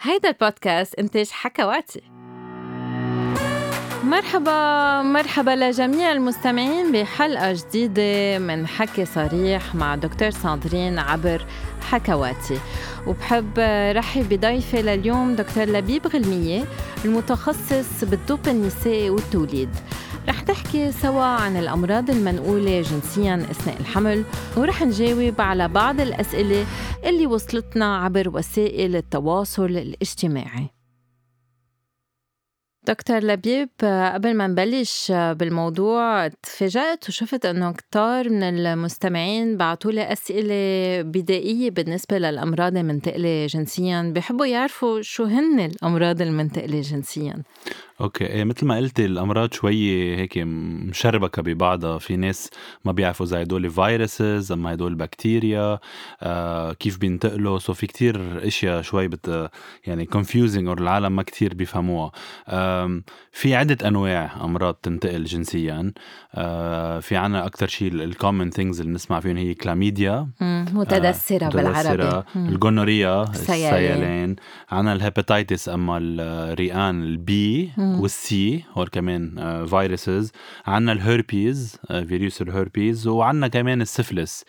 هيدا البودكاست إنتاج حكواتي. مرحبا لجميع المستمعين بحلقة جديدة من حكي صريح مع دكتور ساندرين عبر حكواتي. وبحب رحب بضيفي لليوم دكتور لبيب غلمية المتخصص بالطب النسائي والتوليد. رح نحكي سوا عن الأمراض المنقولة جنسياً أثناء الحمل، ورح نجاوب على بعض الأسئلة اللي وصلتنا عبر وسائل التواصل الاجتماعي. دكتور لبيب، قبل ما نبلش بالموضوع تفاجأت وشفت أنه كتار من المستمعين بعتولي أسئلة بدائية بالنسبة للأمراض المنتقلة جنسياً، بيحبوا يعرفوا شو هن الأمراض المنتقلة جنسياً. اوكي، مثل ما قلت الامراض شوي هيك مشربكه ببعضها. في ناس ما بيعرفوا اذا هدول فيروسز اما هدول بكتيريا، كيف بينتقلوا. سو في كتير اشياء شوي يعني confusing، اور العالم ما كتير بيفهموها. في عده انواع امراض تنتقل جنسيا. في عنا اكتر شيء الكومن ثينجز اللي نسمع فيهم هي كلاميديا، متدثرة بالعربي، الجونوريا، السيلان. عنا الهيباتيتس اما الرئان البي والسي، هو كمان فيروسز. عنا الهيربيز، فيروس الهيربيز. وعنا كمان السفلس،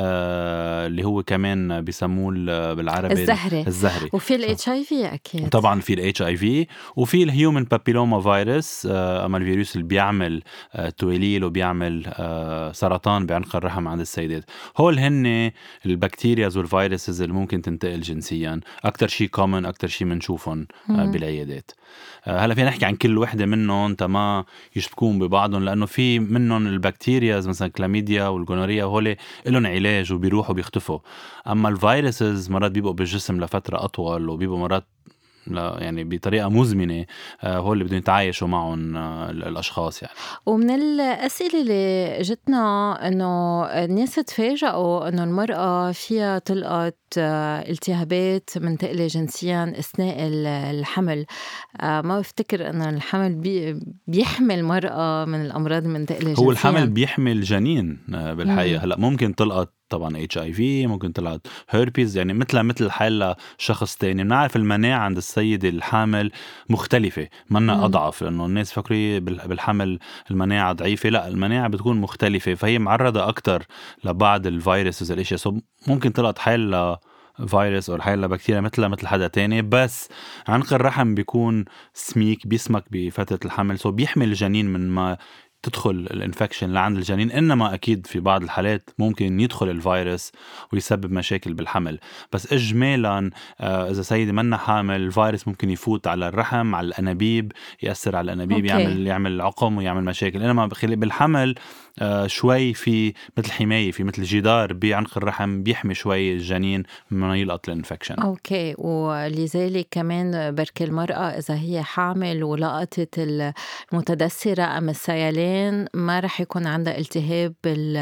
اللي هو كمان بيسموه بالعربي الزهري. وفي الاتش اي في اكيد طبعا في الاتش اي في، وفي الهيومن بابيلوما فيروس، اما الفيروس اللي بيعمل تويليل وبيعمل سرطان بعنق الرحم عند السيدات. هول هن البكتيرياز والفيروسز اللي ممكن تنتقل جنسيا. اكتر شيء كومن، اكتر شيء منشوفهم بالعيادات. هلا فينا نحكي عن كل وحدة منهم تما يشبكون ببعضهم، لأنه في منهم البكتيرياز مثلا كلاميديا والجونوريا هولي إلهم علاج وبيروحوا بيختفوا. أما الفيروسز مرات بيبقوا بالجسم لفترة أطول، وبيبقوا مرات يعني بطريقة مزمنة. هو اللي بدهم يتعايشوا معهم الأشخاص يعني. ومن الأسئلة اللي جتنا أنه الناس تفاجئوا أنه المرأة فيها تلقط التهابات منتقلة جنسيا أثناء الحمل. ما بفتكر أن الحمل بيحمل مرأة من الأمراض المنتقلة جنسيا. هو الحمل بيحمل جنين بالحقيقة. هلأ ممكن تلقط طبعا HIV، ممكن تلقط هيربيز، يعني مثل حالة شخص تاني. بنعرف المناعة عند السيدة الحامل مختلفة، منا أضعف، لأنه الناس فكري بالحمل المناعة ضعيفة. لا، المناعة بتكون مختلفة، فهي معرضة أكتر لبعض الفيروسز الاشياء. ممكن تلقط حالة فيروس أو حالة بكتيريا مثل حدا تاني، بس عنق الرحم بيكون سميك، بيسمك بفترة الحمل، بيحمل الجنين من ما تدخل الانفكشن لعند الجنين. إنما أكيد في بعض الحالات ممكن يدخل الفيروس ويسبب مشاكل بالحمل. بس إجمالا إذا سيدة منا حامل، الفيروس ممكن يفوت على الرحم، على الأنابيب، يأثر على الأنابيب، يعمل عقم ويعمل مشاكل. إنما بالحمل شوي في مثل حماية، في مثل جدار بعنق الرحم بيحمي شوي الجنين من يلقط الانفكشن. اوكي، ولذلك كمان بركي المرأة إذا هي حامل ولقطت المتدثرة أم السيلان ما رح يكون عندها التهاب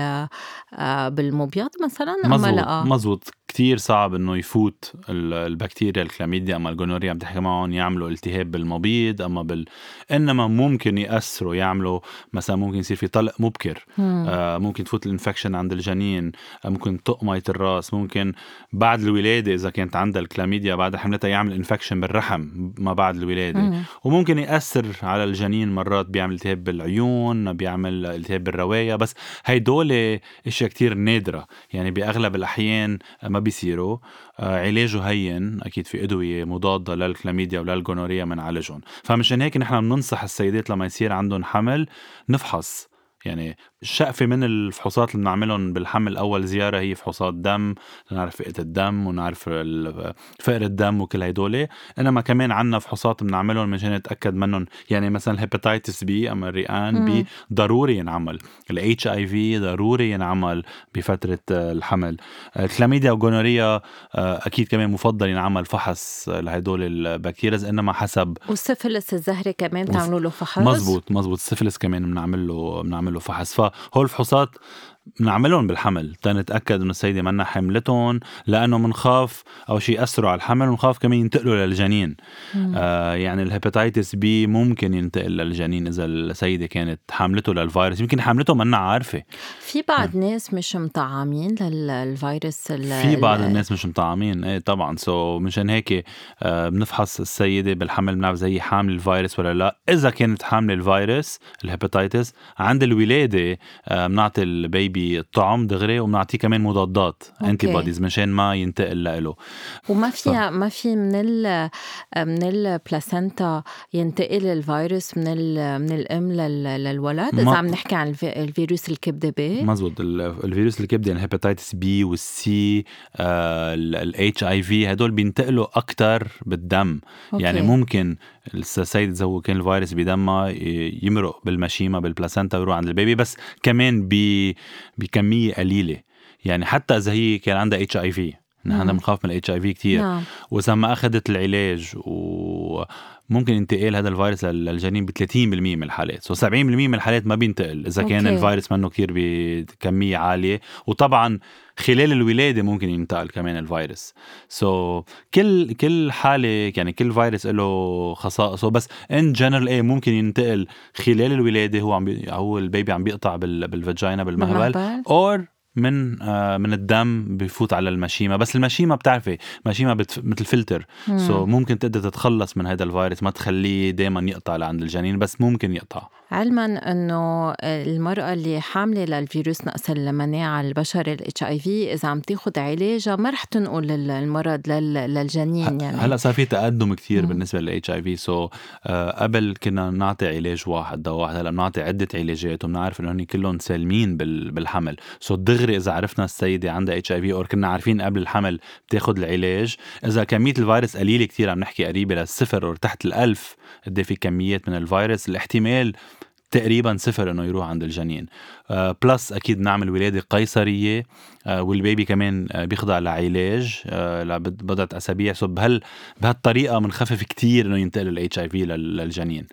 بالمبيض مثلا. مزبوط. كتير صعب انه يفوت البكتيريا الكلاميديا اما الجونوريا بتحكي معهم يعملوا التهاب بالمبيض، انما ممكن يأثروا، يعملوا مثلا ممكن يصير في طلق مبكر. ممكن تفوت الانفكشن عند الجنين، ممكن طق مية الراس، ممكن بعد الولادة إذا كانت عندها الكلاميديا بعد حملتها يعمل انفكشن بالرحم ما بعد الولادة. وممكن يأثر على الجنين، مرات بيعمل التهاب بالعيون، بيعمل التهاب بالرواية. بس هيدول اشياء كتير نادرة، يعني بأغلب الأحيان ما بيصيروا. علاجه هين، أكيد في أدوية مضادة للكلاميديا وللجونوريا من عالجهم. فمشان هيك نحن بننصح السيدات لما يصير عندهم حمل نفحص. يعني شقفة من الفحوصات اللي بنعملهم بالحمل أول زيارة هي فحوصات دم، نعرف فئة الدم ونعرف فقر الدم وكل هيدولي. إنما كمان عنا فحوصات بنعملهم مشان نتأكد منهم، يعني مثلا الهيباتيتس بي أما الرئان بي ضروري ينعمل، الاتش اي في ضروري ينعمل بفترة الحمل. الكلاميديا وجونوريا أكيد كمان مفضل ينعمل فحص لهيدول البكتيريا، إنما حسب. والسفلس الزهري كمان تعملوا له فحص. مزبوط. السفلس كمان بنعمل له فحص. فهول الفحوصات نعملهم بالحمل تنتأكد إنه السيدة منا حملتهم، لأنه منخاف أو شيء يأثروا على الحمل، ونخاف كمان ينتقلوا للجنين. يعني الهيباتيتس بي ممكن ينتقل للجنين إذا السيدة كانت حاملته للفيروس، يمكن حاملته منا عارفة. في بعض ناس مش مطعمين للفيروس. في بعض الناس مش مطعمين، ايه طبعا. مشان هيك بنفحص السيدة بالحمل، بنعرف زي حامل الفيروس ولا لا. إذا كانت حامل الفيروس الهيباتيتس عند الولادة بنعطي البيبي الطعم دغري، وبنعطيه كمان مضادات انتي بوديز مشان ما ينتقل له. وما في ما في من البلاسنتا ينتقل الفيروس من الام للولد اذا عم نحكي عن الفيروس الكبدة بي. مزبوط. الفيروس الكبدة يعني الهيباتيتس بي والسي الاتش اي في هدول بينتقلوا اكتر بالدم. يعني ممكن السيد إذا هو كان الفيروس بدمه يمرق بالمشيمة بالبلاسنتا ويروح عند البيبي، بس كمان بكمية قليلة. يعني حتى إذا هي كان عندها اتش اي في، نحن بنخاف من الاتش اي في كتير. وإذا ما أخذت العلاج وممكن ينتقل هذا الفيروس للجنين ب 30% من الحالات. 70% من الحالات ما بينتقل إذا كان الفيروس منه كتير بكمية عالية. وطبعا خلال الولادة ممكن ينتقل كمان الفيروس. كل حالة يعني كل فيروس له خصائصه، بس in general ممكن ينتقل خلال الولادة. هو البيبي عم بيقطع بالفاجينا بالمهبل، أو من الدم بيفوت على المشيمة. بس المشيمة بتعرفي مشيمة مثل فلتر، ممكن تقدر تتخلص من هذا الفيروس، ما تخليه دايما يقطع لعند الجنين، بس ممكن يقطع. علما انه المرأة اللي حاملة للفيروس نقص المناعة البشري HIV اذا عم تاخد علاجها ما رح تنقل المرض للجنين. يعني هلا صار في تقدم كتير بالنسبة للHIV. قبل كنا نعطي علاج واحد دواء واحد، هلا بنعطي عدة علاجات، وبنعرف انه هن كلهم سالمين بالحمل. دغري اذا عرفنا السيدة عندها HIV او كنا عارفين قبل الحمل بتاخد العلاج، اذا كمية الفيروس قليلة كتير، عم نحكي قريبة للصفر او تحت 1000 قد في كميات من الفيروس، الاحتمال تقريبا صفر انه يروح عند الجنين. بلس اكيد نعمل ولادة قيصرية، والبيبي كمان بيخضع لعلاج لبضعة اسابيع. بهالطريقة منخفف كتير انه ينتقل الHIV للجنين.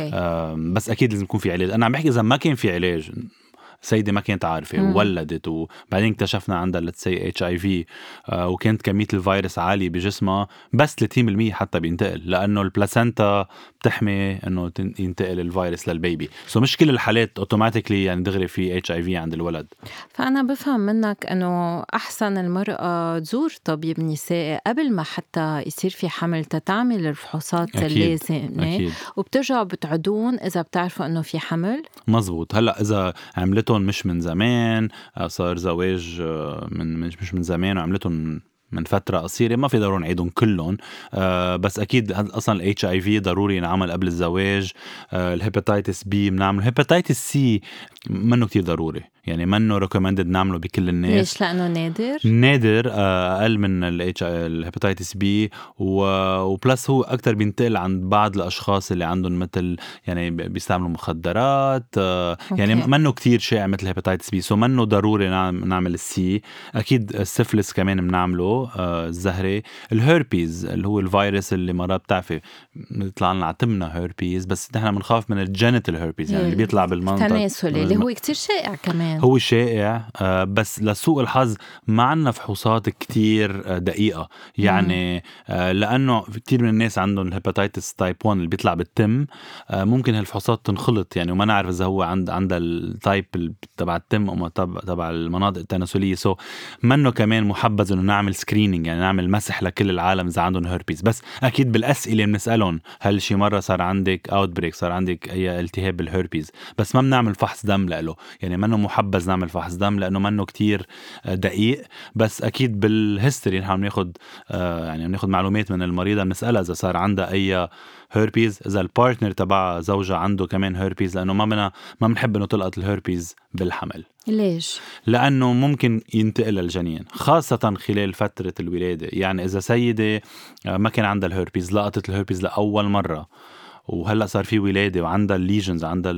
بس اكيد لازم يكون في علاج. انا عم بحكي اذا ما كان في علاج، سيدة ما كانت عارفة وولدت وبعدين اكتشفنا عندها HIV وكانت كمية الفيروس عالية بجسمها، بس 30% حتى بينتقل، لأنه البلاسنتا بتحمي أنه ينتقل الفيروس للبيبي. مش كل الحالات اوتوماتيكلي يعني دغري في HIV عند الولد. فأنا بفهم منك أنه أحسن المرأة تزور طبيب نسائي قبل ما حتى يصير في حمل تتعمل الفحوصات اللازمة، وبترجعوا بتعدون إذا بتعرفوا أنه في حمل. مزبوط. هلأ إذا عملتهم مش من زمان، صار زواج مش من زمان وعملتهم من فترة قصيرة، ما في ضروري نعيدهم كلهم. بس أكيد أصلا ال HIV ضروري نعمل قبل الزواج. الهيباتيتس بي بنعمل. الهيباتيتس سي منه كتير ضروري، يعني منه recommended نعمله بكل الناس. ليش؟ لأنه نادر أقل من الهيباتيتس بي، وبلس هو أكتر بينتقل عند بعض الأشخاص اللي عندهم مثل يعني بيستعملوا مخدرات. يعني منه كتير شائع مثل الهيباتيتس بي. منه ضروري نعمل السي. أكيد السفلس كمان بنعمله، الزهري. الهيربيز اللي هو الفيروس اللي مرات بتعرفي بيطلع لنا عتمنا هيربيز، بس نحن بنخاف من الجينيتال هيربيز، يعني اللي بيطلع بالمنطقة التناسلي اللي هو كتير شائع كمان. هو شائع، بس لسوء الحظ ما عنا فحوصات كتير دقيقة. يعني لأنه كتير من الناس عندهم الهيباتيتس تايب 1 اللي بيطلع بالتم، ممكن هالفحوصات تنخلط يعني، وما نعرف إذا هو عند التايب تبع التم أو تبع المناطق التناسلية. منه كمان محبذ إنه نعمل سكرينينج، يعني نعمل مسح لكل العالم إذا عندهم هيربيز. بس أكيد بالأسئلة بنسألهم هل شي مرة صار عندك أوتبريك، صار عندك أي التهاب بالهيربيز، بس ما بنعمل فحص دم له. يعني منه محبذ نعمل فحص دم لأنه منه كتير دقيق. بس أكيد بالهيستوري نحن بناخد يعني بناخد معلومات من المريضة، بنسألها إذا صار عندها أي هيربيز، إذا البارتنر تبع زوجها عنده كمان هيربيز، لأنه ما بنحب إنه تلقط الهيربيز بالحمل. ليش؟ لأنه ممكن ينتقل الجنين خاصة خلال فترة الولادة. يعني إذا سيدة ما كان عندها الهيربيز، لقطت الهيربيز لأول مرة، وهلأ صار في ولادة وعندها الليجنز، عندها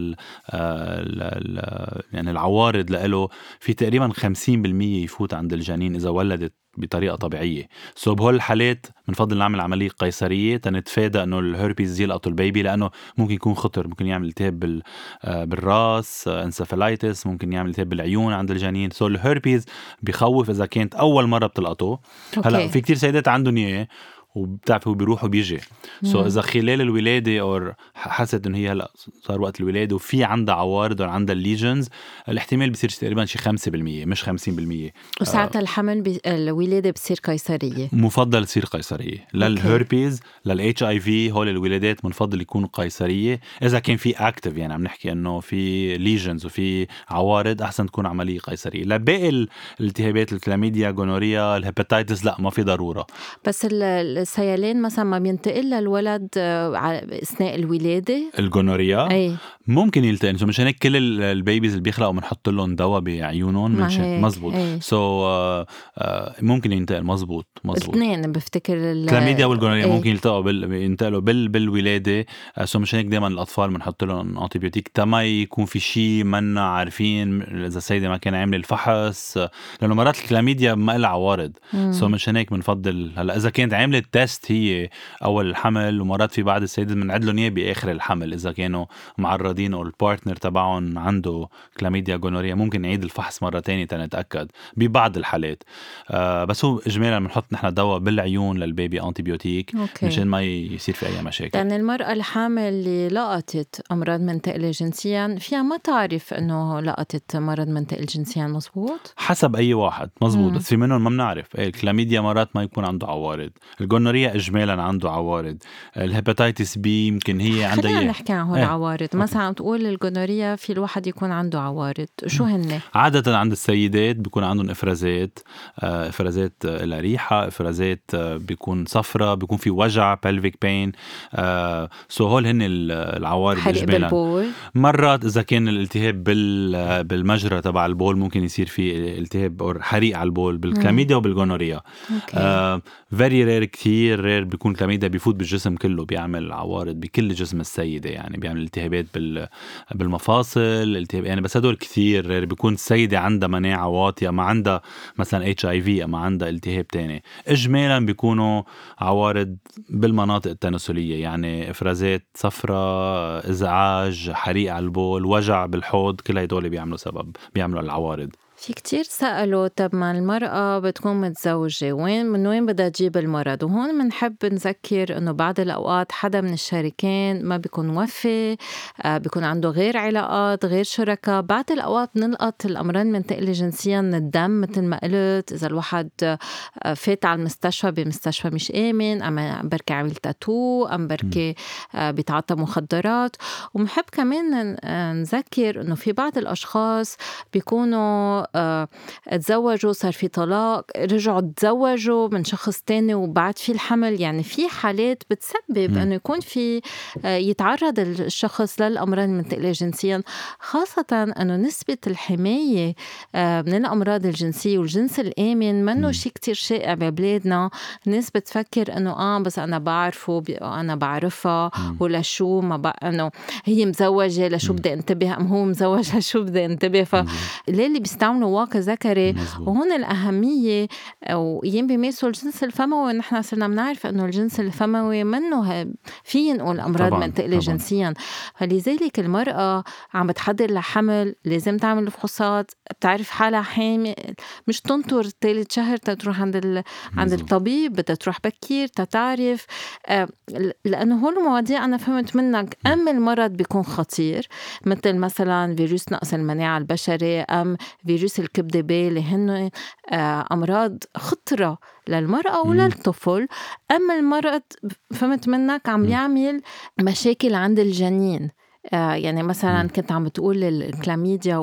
يعني العوارض لإله، في تقريبا 50% يفوت عند الجنين إذا ولدت بطريقة طبيعية. بهول الحالات بنفضل نعمل عملية قيصرية تنتفادى انه الهيربيز يلقطوا البيبي، لانه ممكن يكون خطر، ممكن يعمل التهاب بالراس، انسفالايتس، ممكن يعمل التهاب بالعيون عند الجنين. الهيربيز بيخوف اذا كانت اول مرة بتلقطه. هلا في كتير سيدات عندهم اياه وبتعرفوا بيروح وبيجي. إذا خلال الولادة أو حست إنه هي هلأ صار وقت الولادة وفي عندها عوارض أو عندها الليجنز، الاحتمال بيصير تقريبا شي 5% مش 50%. وساعتها الحمل الولادة بتصير قيصرية. مفضل تصير قيصرية للهيربيز، للHIV. هول الولادات منفضل يكونوا قيصرية. إذا كان في أكتف، يعني عم نحكي إنه في ليجنز وفي عوارض، أحسن تكون عملية قيصرية. لباقي الالتهابات الكلاميديا، جونوريا، الهيباتيتس، لا ما في ضرورة. بس السيلان مثلا ما بينتقل للولد اثناء الولاده. الجونوريا ممكن يلتقن. مش هيك كل البيبيز اللي بيخلقوا بنحط لهم دواء بعيونهم مزبوط. ممكن ينتقل. مزبوط اثنين بفتكر الكلاميديا والجونوريا ممكن ينتقلوا بالولاده. مش هيك دائما الاطفال بنحط لهم انتيبيوتيك تما يكون في شيء منا عارفين اذا السيده ما كان عامل الفحص، لانه مرات الكلاميديا ما لها عوارض. مش هيك بنفضل. هلا اذا كانت عامله تيست هي اول الحمل، ومرات في بعض السيدات بنعد لهم اياه باخر الحمل اذا كانوا معرضين او البارتنر تبعهم عنده كلاميديا جونوريا، ممكن نعيد الفحص مره تانية تنتاكد ببعض الحالات. بس هو اجمالا بنحط نحن دواء بالعيون للبيبي انتيبيوتيك مشان ما يصير في اي مشاكل. يعني المراه الحامل اللي لقطت امراض منتقله جنسيا فيها ما تعرف انه لقطت مرض منتقل جنسيا. مزبوط حسب اي واحد. مزبوط. بس في منهم ما بنعرف. الكلاميديا مرات ما يكون عنده عوارض، الجونوريا اجمالا عنده عوارض، الهيباتيتس بي يمكن هي عندها. خلينا نحكي عن هول العوارض. مثلا عم تقول الجونوريا في الواحد يكون عنده عوارض، شو هن؟ عادة عند السيدات بيكون عندهم افرازات لها ريحة، افرازات بيكون صفرة، بيكون في وجع pelvic pain. هول هن العوارض. حرق بالبول. مرات اذا كان الالتهاب بالمجرى تبع البول ممكن يصير في التهاب او حريق على البول بالكلاميديا وبالجونوريا. very rare، كتير رير بيكون كلاميديا بيفوت بالجسم كله، بيعمل عوارض بكل جسم السيدة، يعني بيعمل التهابات بالمفاصل، التهاب يعني. بس هدول كثير رير. بيكون السيدة عندها مناعة واطية، ما عندها مثلا HIV، ما عندها التهاب تاني. اجمالا بيكونوا عوارض بالمناطق التناسلية، يعني افرازات صفرة، ازعاج، حريق على البول، وجع بالحوض، كل هدول بيعملوا العوارض. في كتير سألوا طب ما المرأة بتكون متزوجة من وين بدها تجيب المرض؟ وهون منحب نذكر انه بعض الاوقات حدا من الشريكين ما بيكون موفي، بيكون عنده غير علاقات، غير شركاء. بعض الاوقات نلقط الامراض منتقلة جنسيا من الدم مثل ما قلت، اذا الواحد فات على المستشفى بمستشفى مش امن، اما بركي عمل تاتو، ام بركي بيتعاطى مخدرات. ومحب كمان نذكر انه في بعض الاشخاص بيكونوا تزوجوا، صار في طلاق، رجعوا تزوجوا من شخص تاني وبعد في الحمل. يعني في حالات بتسبب أنه يكون في يتعرض الشخص للأمراض المنتقلة جنسيا، خاصة أنه نسبة الحماية من الأمراض الجنسية والجنس الآمن منه شيء كتير شائع ببلادنا. الناس بتفكر أنه بس أنا بعرفه، أنا بعرفها، ولا شو ما أنه هي مزوجة لشو بدي انتبه، أم هو مزوج لشو بدي انتبه. فاللي بيستعملوا واقع ذكري. وهون الأهمية ويين بيمارسوا الجنس الفموي. نحن صرنا بنعرف أنه الجنس الفموي منه في ينقل أمراض منتقلة جنسيا. فلذلك المرأة عم بتحضر لحمل لازم تعمل فحوصات، بتعرف حالها حامل، مش تنطر ثالث شهر تروح عند الطبيب، بدها تروح بكير تتعرف. لأنه هول المواضيع أنا فهمت منك أم المرض بيكون خطير، مثلا فيروس نقص المناعة البشري، أم فيروس الكبد بي، اللي هن أمراض خطرة للمرأة وللطفل. أما المرض فهمت منك عم يعمل مشاكل عند الجنين. يعني مثلا كنت عم بتقول الكلاميديا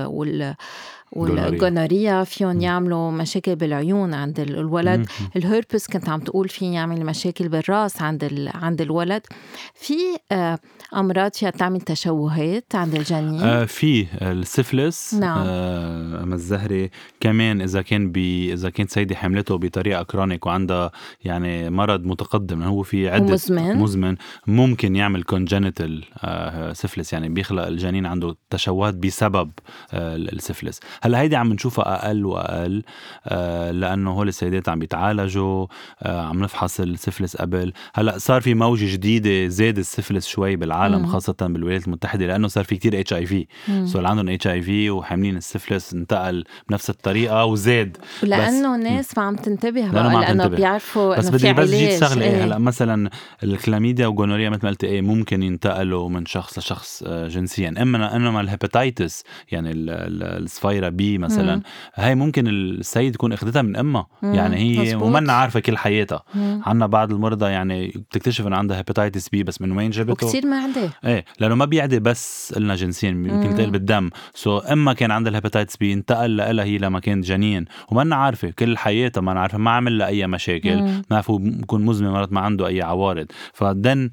والجونوريا فيهم يعملوا مشاكل بالعيون عند الولد. الهيربس كنت عم تقول فيه يعمل مشاكل بالراس عند الولد. في أمراض فيها تعمل تشوهات عند الجنين. في السفلس. أما الزهري كمان إذا كانت سيدة حملته بطريقة كرونيك وعندها يعني مرض متقدم، هو في عدة مزمن، ممكن يعمل congenital سفلس، يعني بيخلق الجنين عنده تشوهات بسبب السفلس. هلا هيدي عم نشوفها اقل واقل لانه هول السيدات عم بيتعالجوا، عم نفحص السفلس قبل. هلا صار في موجة جديدة زاد السفلس شوي بالعالم خاصة بالولايات المتحدة لانه صار في كتير HIV، سو اللي عندهم HIV وحاملين السفلس انتقل بنفس الطريقة وزاد، لانه الناس ما عم تنتبه بقى لانه بيعرفوا انه في علاج. بس شغله هلا مثلا الكلاميديا وجونوريا مثل ما قلت ممكن ينتقلوا من شخص لشخص جنسيا، انما الهيباتيتس يعني الصفيرة بي مثلا هاي ممكن السيد يكون اخذتها من امها، يعني هي ومنا عارفه كل حياتها. عنا بعض المرضى يعني بتكتشف انه عندها هيباتيتس بي بس من وين جابته، وكثير ما عندها لانه ما بيعدي بس قلنا جنسيا، يمكن ينتقل بالدم. سو اما كان عندها الهيباتيتس بي انتقل لها هي لما كانت جنين ومنا عارفه كل حياتها، ما عارفه ما عمل لها اي مشاكل، ما عرفوا بكون مزمن مرات ما عنده اي عوارض، فدن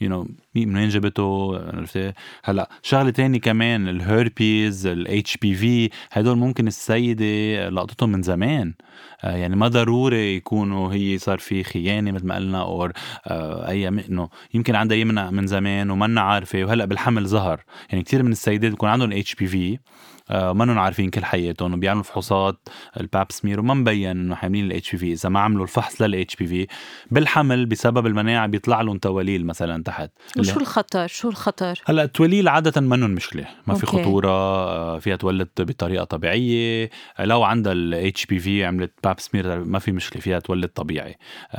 من وين جبته عرفتي. هلا شغله تاني كمان الهيربيز الاتش بي في، هدول ممكن السيده لقطتهم من زمان، يعني ما ضروري يكونوا هي صار في خيانه مثل ما قلنا او اي انه يمكن عندها اي من زمان ومنا عارفه وهلا بالحمل ظهر. يعني كتير من السيدات بيكون عندهم اتش بي في ما نون عارفين كل حياتهم وبيعملوا فحوصات الباب سمير وما مبين انه حاملين الاتش بي في. اذا ما عملوا الفحص للاتش بي في بالحمل بسبب المناعه بيطلع لهم تواليل مثلا تحت. وشو الخطر؟ هلا التوليل عاده ما نون مشكله، ما في خطوره، فيها تولد بطريقه طبيعيه. لو عندها الاتش بي في عملت باب سمير ما في مشكله، فيها تولد طبيعي.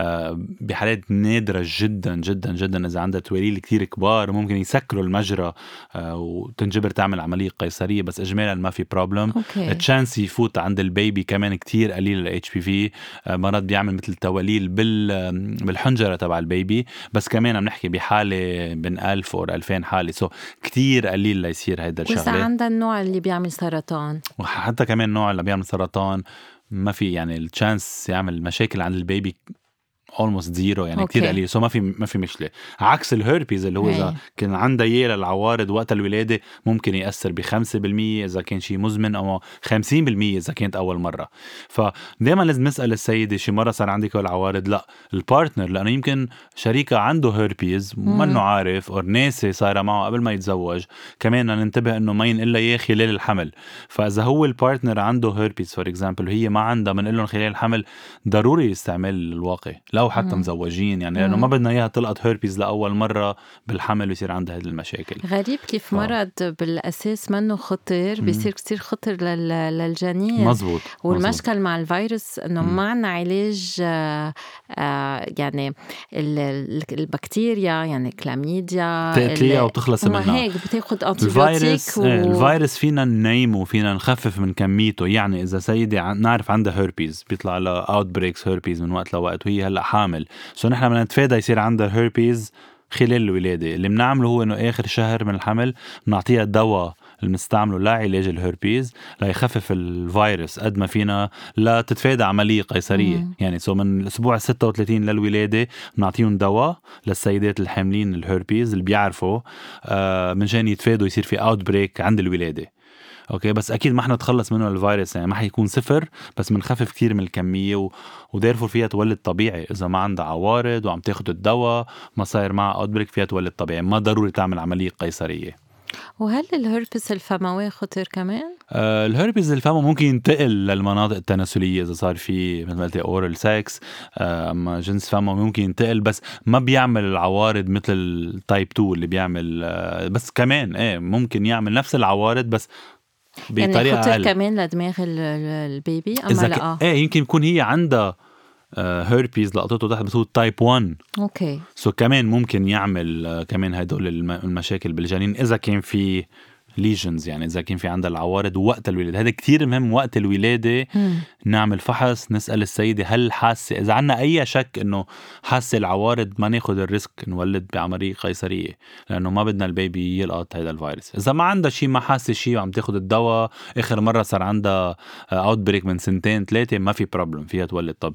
بحالات نادره جدا جدا جدا اذا عندها تواليل كتير كبار ممكن يسكروا المجرى وتنجبر تعمل عمليه قيصريه، بس اجمالا ما في بروبلم. التشانس يفوت عند البيبي كمان كتير قليل الاتش بي في، مرات بيعمل مثل تواليل بالحنجره تبع البيبي، بس كمان عم نحكي بحاله بين 1000 أو 2000 حاله، سو كتير قليل ليصير هيدا الشغله. وإذا عندها النوع اللي بيعمل سرطان، وحتى كمان النوع اللي بيعمل سرطان ما في يعني التشانس يعمل مشاكل عند البيبي almost zero، يعني كتير قليل. سو ما في مشكله. عكس الهيربيز اللي هو اذا كان عندها اياه للعوارض وقت الولاده ممكن ياثر ب5% اذا كان شيء مزمن او 50% اذا كانت اول مره. فدائما لازم نسال السيده شي مره صار عندك العوارض؟ لا البارتنر، لانه يمكن شريكه عنده هيربيز منه عارف او ناسي صايره معه قبل ما يتزوج. كمان ننتبه انه ما ينقل اياه خلال الحمل. فاذا هو البارتنر عنده هيربيز فور اكزامبل وهي ما عندها، بنقول لهم خلال الحمل ضروري استعمال الواقي لو حتى مزوجين، يعني لأنه ما بدنا إياها تلقط هيربيز لأول مرة بالحمل ويصير عندها هذه المشاكل. غريب كيف مرض بالأساس منه خطر بيصير كتير خطر للجنين. مزبوط. والمشكل مع الفيروس إنه ما عنا علاج، يعني البكتيريا يعني كلاميديا تقتليها وتخلص منها، هيك بتاخد أنتيبيوتيك الفيروس فينا ننيمه وفينا نخفف من كميته. يعني إذا سيدة نعرف عندها هيربيز بيطلع لها اوت بريكس هيربيز من وقت لوقت وهي هلا حامل، سو نحن بدنا نتفادى يصير عندها هيربيز خلال الولادة. اللي بنعمله هو إنه آخر شهر من الحمل نعطيها الدواء اللي بنستعمله لعلاج الهيربيز ليخفف الفيروس قد ما فينا لا تتفادى عملية قيصرية. يعني سو من الأسبوع 36 للولادة نعطيهم دواء للسيدات الحاملين الهيربيز اللي بيعرفوا منشان يتفادوا يصير في اوت بريك عند الولادة. اوكي بس اكيد ما احنا نتخلص منه الفيروس، يعني ما حيكون صفر، بس منخفف كتير من الكميه وديرفور فيها تولد طبيعي. اذا ما عندها عوارض وعم تاخد الدواء ما صاير معها اوتبريك فيها تولد طبيعي، ما ضروري تعمل عمليه قيصريه. وهل الهربس الفموي خطر كمان؟ الهربس الفموي ممكن ينتقل للمناطق التناسليه اذا صار في مثل ما قلت اورال سكس، اما جنس فموي ممكن ينتقل بس ما بيعمل العوارض مثل تايب 2 اللي بيعمل بس كمان ممكن يعمل نفس العوارض بس يعني خطر كمان لدماغ البيبي اما لا يمكن يكون هي عندها هيربيز لقطته تحت بس هو تايب 1. اوكي سو كمان ممكن يعمل كمان هدول المشاكل بالجنين اذا كان في ليجنز، يعني اذا كان في عندها العوارض وقت الولاده. هذا كتير مهم وقت الولاده نعمل فحص، نسال السيده هل حاسه، اذا عنا اي شك انه حاسه العوارض ما ناخد الريسك نولد بعمليه قيصريه لانه ما بدنا البيبي يلقط هذا الفيروس. اذا ما عندها شيء، ما حاسه شيء وعم تاخد الدواء، اخر مره صار عندها اوت بريك من 2-3 سنين، ما في بروبلم، فيها تولد طبيعي.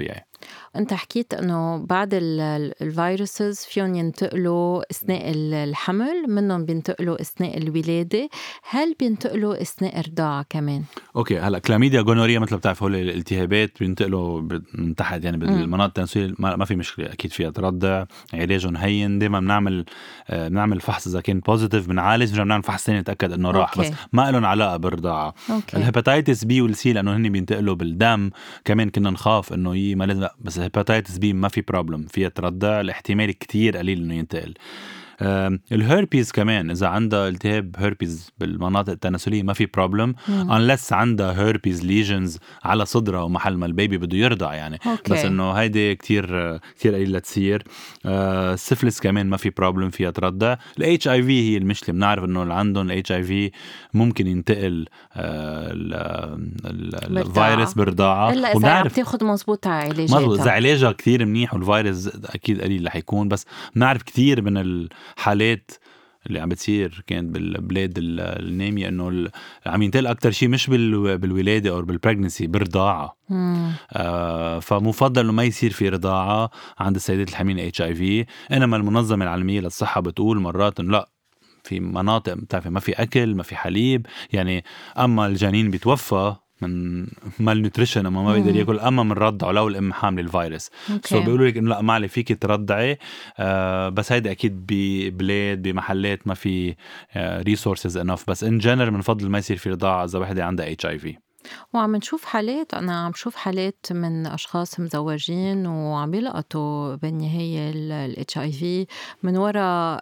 أنت حكيت أنه بعض الفيروسز فيهم ينتقلوا أثناء الحمل، منهم بينتقلوا أثناء الولادة، هل بينتقلوا أثناء الرضاعة كمان؟ اوكي، هلا كلاميديا جونوريا مثل بتعرف هول الالتهابات بينتقلوا من تحت، يعني بالمناطق التناسلية ما في مشكله، اكيد فيها ترضع، علاجهم هين. دائما بنعمل فحص اذا كان بوزيتيف بنعالج، بنرجع بنعمل فحص ثاني نتاكد انه راح، بس ما لهم علاقه بالرضاعه. الهيباتيتس بي والسي لانه هن بينتقلوا بالدم، كمان كنا نخاف انه ما لازم، بس الهيباتيتس بي ما في بروبلم، فيها ترضع، الاحتمال كتير قليل انه ينتقل. الهيربيز كمان إذا عندها التهاب هيربيز بالمناطق التناسلية ما في بروبلم unless عندها هيربيز ليجنز على صدرها ومحل ما البيبي بده يرضع يعني. بس إنه هيدي كتير قليل لتصير. السفلس كمان ما في بروبلم، فيها ترضع. ال HIV هي المشكلة، بنعرف إنه اللي عندهم ال HIV ممكن ينتقل الفيروس بالرضاعة، إلا إذا عم تاخد مزبوط علاجاتها. مزبوط، إذا علاجها كتير منيح والفيروس أكيد قليل رح يكون. بس بنعرف كتير من الحالات اللي عم بتصير كانت بالبلاد النامية انه عم ينتقل اكتر شيء مش بالولادة او بالبريجنسي، بالرضاعة. فمفضل انه ما يصير في رضاعة عند السيدات الحاملين HIV. انما المنظمة العالمية للصحة بتقول مرات انه لا، في مناطق بتعرفي ما في اكل، ما في حليب يعني، اما الجنين بيتوفى من مال نيوتريشن، اما ما بيقدر ياكل، اما من رضعه لو الام حامل الفيروس. سو بيقولوا لك انه لا، ما عليه فيك ترضعي. بس هيدا اكيد ببلاد بمحلات ما في ريسورسز انف، بس ان جنرال بنفضل ما يصير في رضاعه اذا وحده عندها HIV. وعم نشوف حالات، أنا عم شوف حالات من أشخاص مزوجين وعم بيلقطوا بالنهاية ال HIV من وراء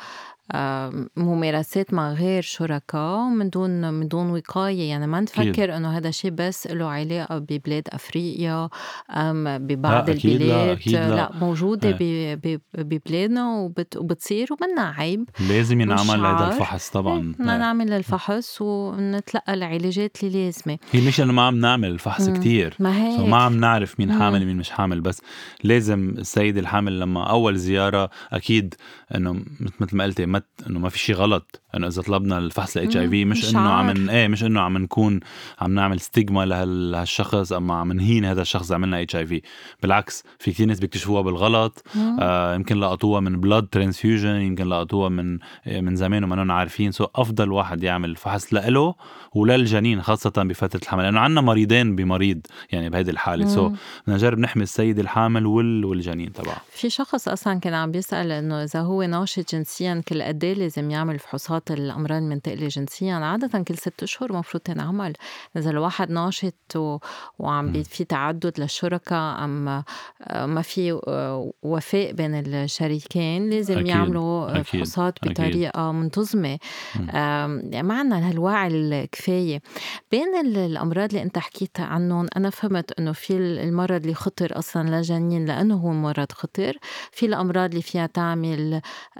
ممارسات مع غير شركاء من دون وقاية. يعني ما نفكر إنه هذا شيء بس له علاقة ببلاد أفريقيا أم ببعض البلاد. لا موجودة ببلادنا وبتصير ومنها عيب. لازم ينعمل هذا الفحص طبعا. بدنا نعمل الفحص ونتلقى العلاجات اللي لازمة. هي مش إنه ما عم نعمل الفحص كتير، ما عم نعرف مين حامل مين مش حامل. بس لازم السيد الحامل لما أول زيارة أكيد إنه مثل ما قلتي انه ما في شيء غلط انه اذا طلبنا الفحص ل HIV، مش انه عم نكون عم نعمل ستيغما لهالشخص اما عم نهين هذا الشخص عملنا HIV. بالعكس، في كثير ناس بيكتشفوها بالغلط. يمكن لقطوها من بلاد ترانسفيوجن، يمكن لقطوها من زمان وما نحن عارفين. سو افضل واحد يعمل فحص له وللجنين خاصه بفتره الحمل، لانه عندنا مريضين بمريض يعني بهذه الحاله. سو نجرب نحمي السيد الحامل والجنين تبعه. في شخص اصلا كان عم بيسال انه اذا هو ناشط جنسيا كل قد ايه لازم يعمل فحوصات الامراض المنتقله جنسيا. عاده كل 6 أشهر مفروض تنعمل. اذا الواحد ناشط وعم في تعدد للشركاء ام ما في وفاء بين الشريكين، لازم أكيد. يعملوا فحوصات بطريقه منتظمه. ما عندنا هالوعي الكفايه بين الامراض اللي انت حكيت عنهم. انا فهمت انه في المرض اللي خطر اصلا للجنين لانه هو مرض خطر، في الامراض اللي فيها تعمل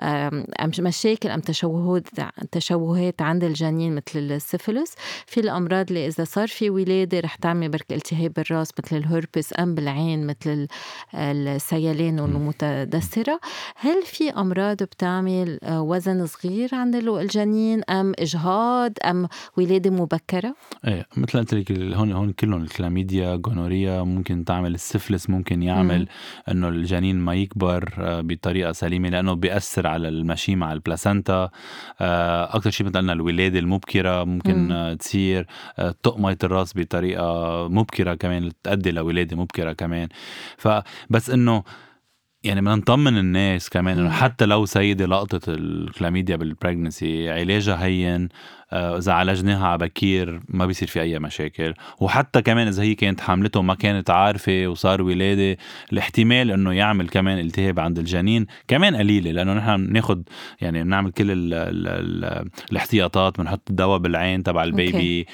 مشاكل ام تشوهات عند الجنين مثل السيفلس، في الامراض اللي اذا صار في ولاده رح تعمل برك التهاب بالراس مثل الهربس، ام بالعين مثل السيلان والمتدثره. هل في امراض بتعمل وزن صغير عند الجنين ام اجهاض ام ولاده مبكره؟ ايه مثل قلت لك هون كلهم الكلاميديا جونوريا ممكن تعمل، السفلس ممكن يعمل انه الجنين ما يكبر بطريقه سليمه لانه بيأثر على المشي مع البلاسنتا. اكثر شيء مثل قلنا الولاده المبكره ممكن تصير تقمية الراس بطريقه مبكره كمان تؤدي لولاده مبكره كمان. فبس انه يعني بدنا نطمن الناس كمان انه حتى لو سيدة لقطت الكلاميديا بالبريجنسي علاجها هين، اذا عالجناها على بكير ما بيصير في اي مشاكل. وحتى كمان اذا هي كانت حاملته ما كانت عارفة وصار ولادة، الاحتمال انه يعمل كمان التهاب عند الجنين كمان قليلة، لانه نحن ناخد يعني بنعمل كل الاحتياطات، بنحط الدواء بالعين تبع البيبي.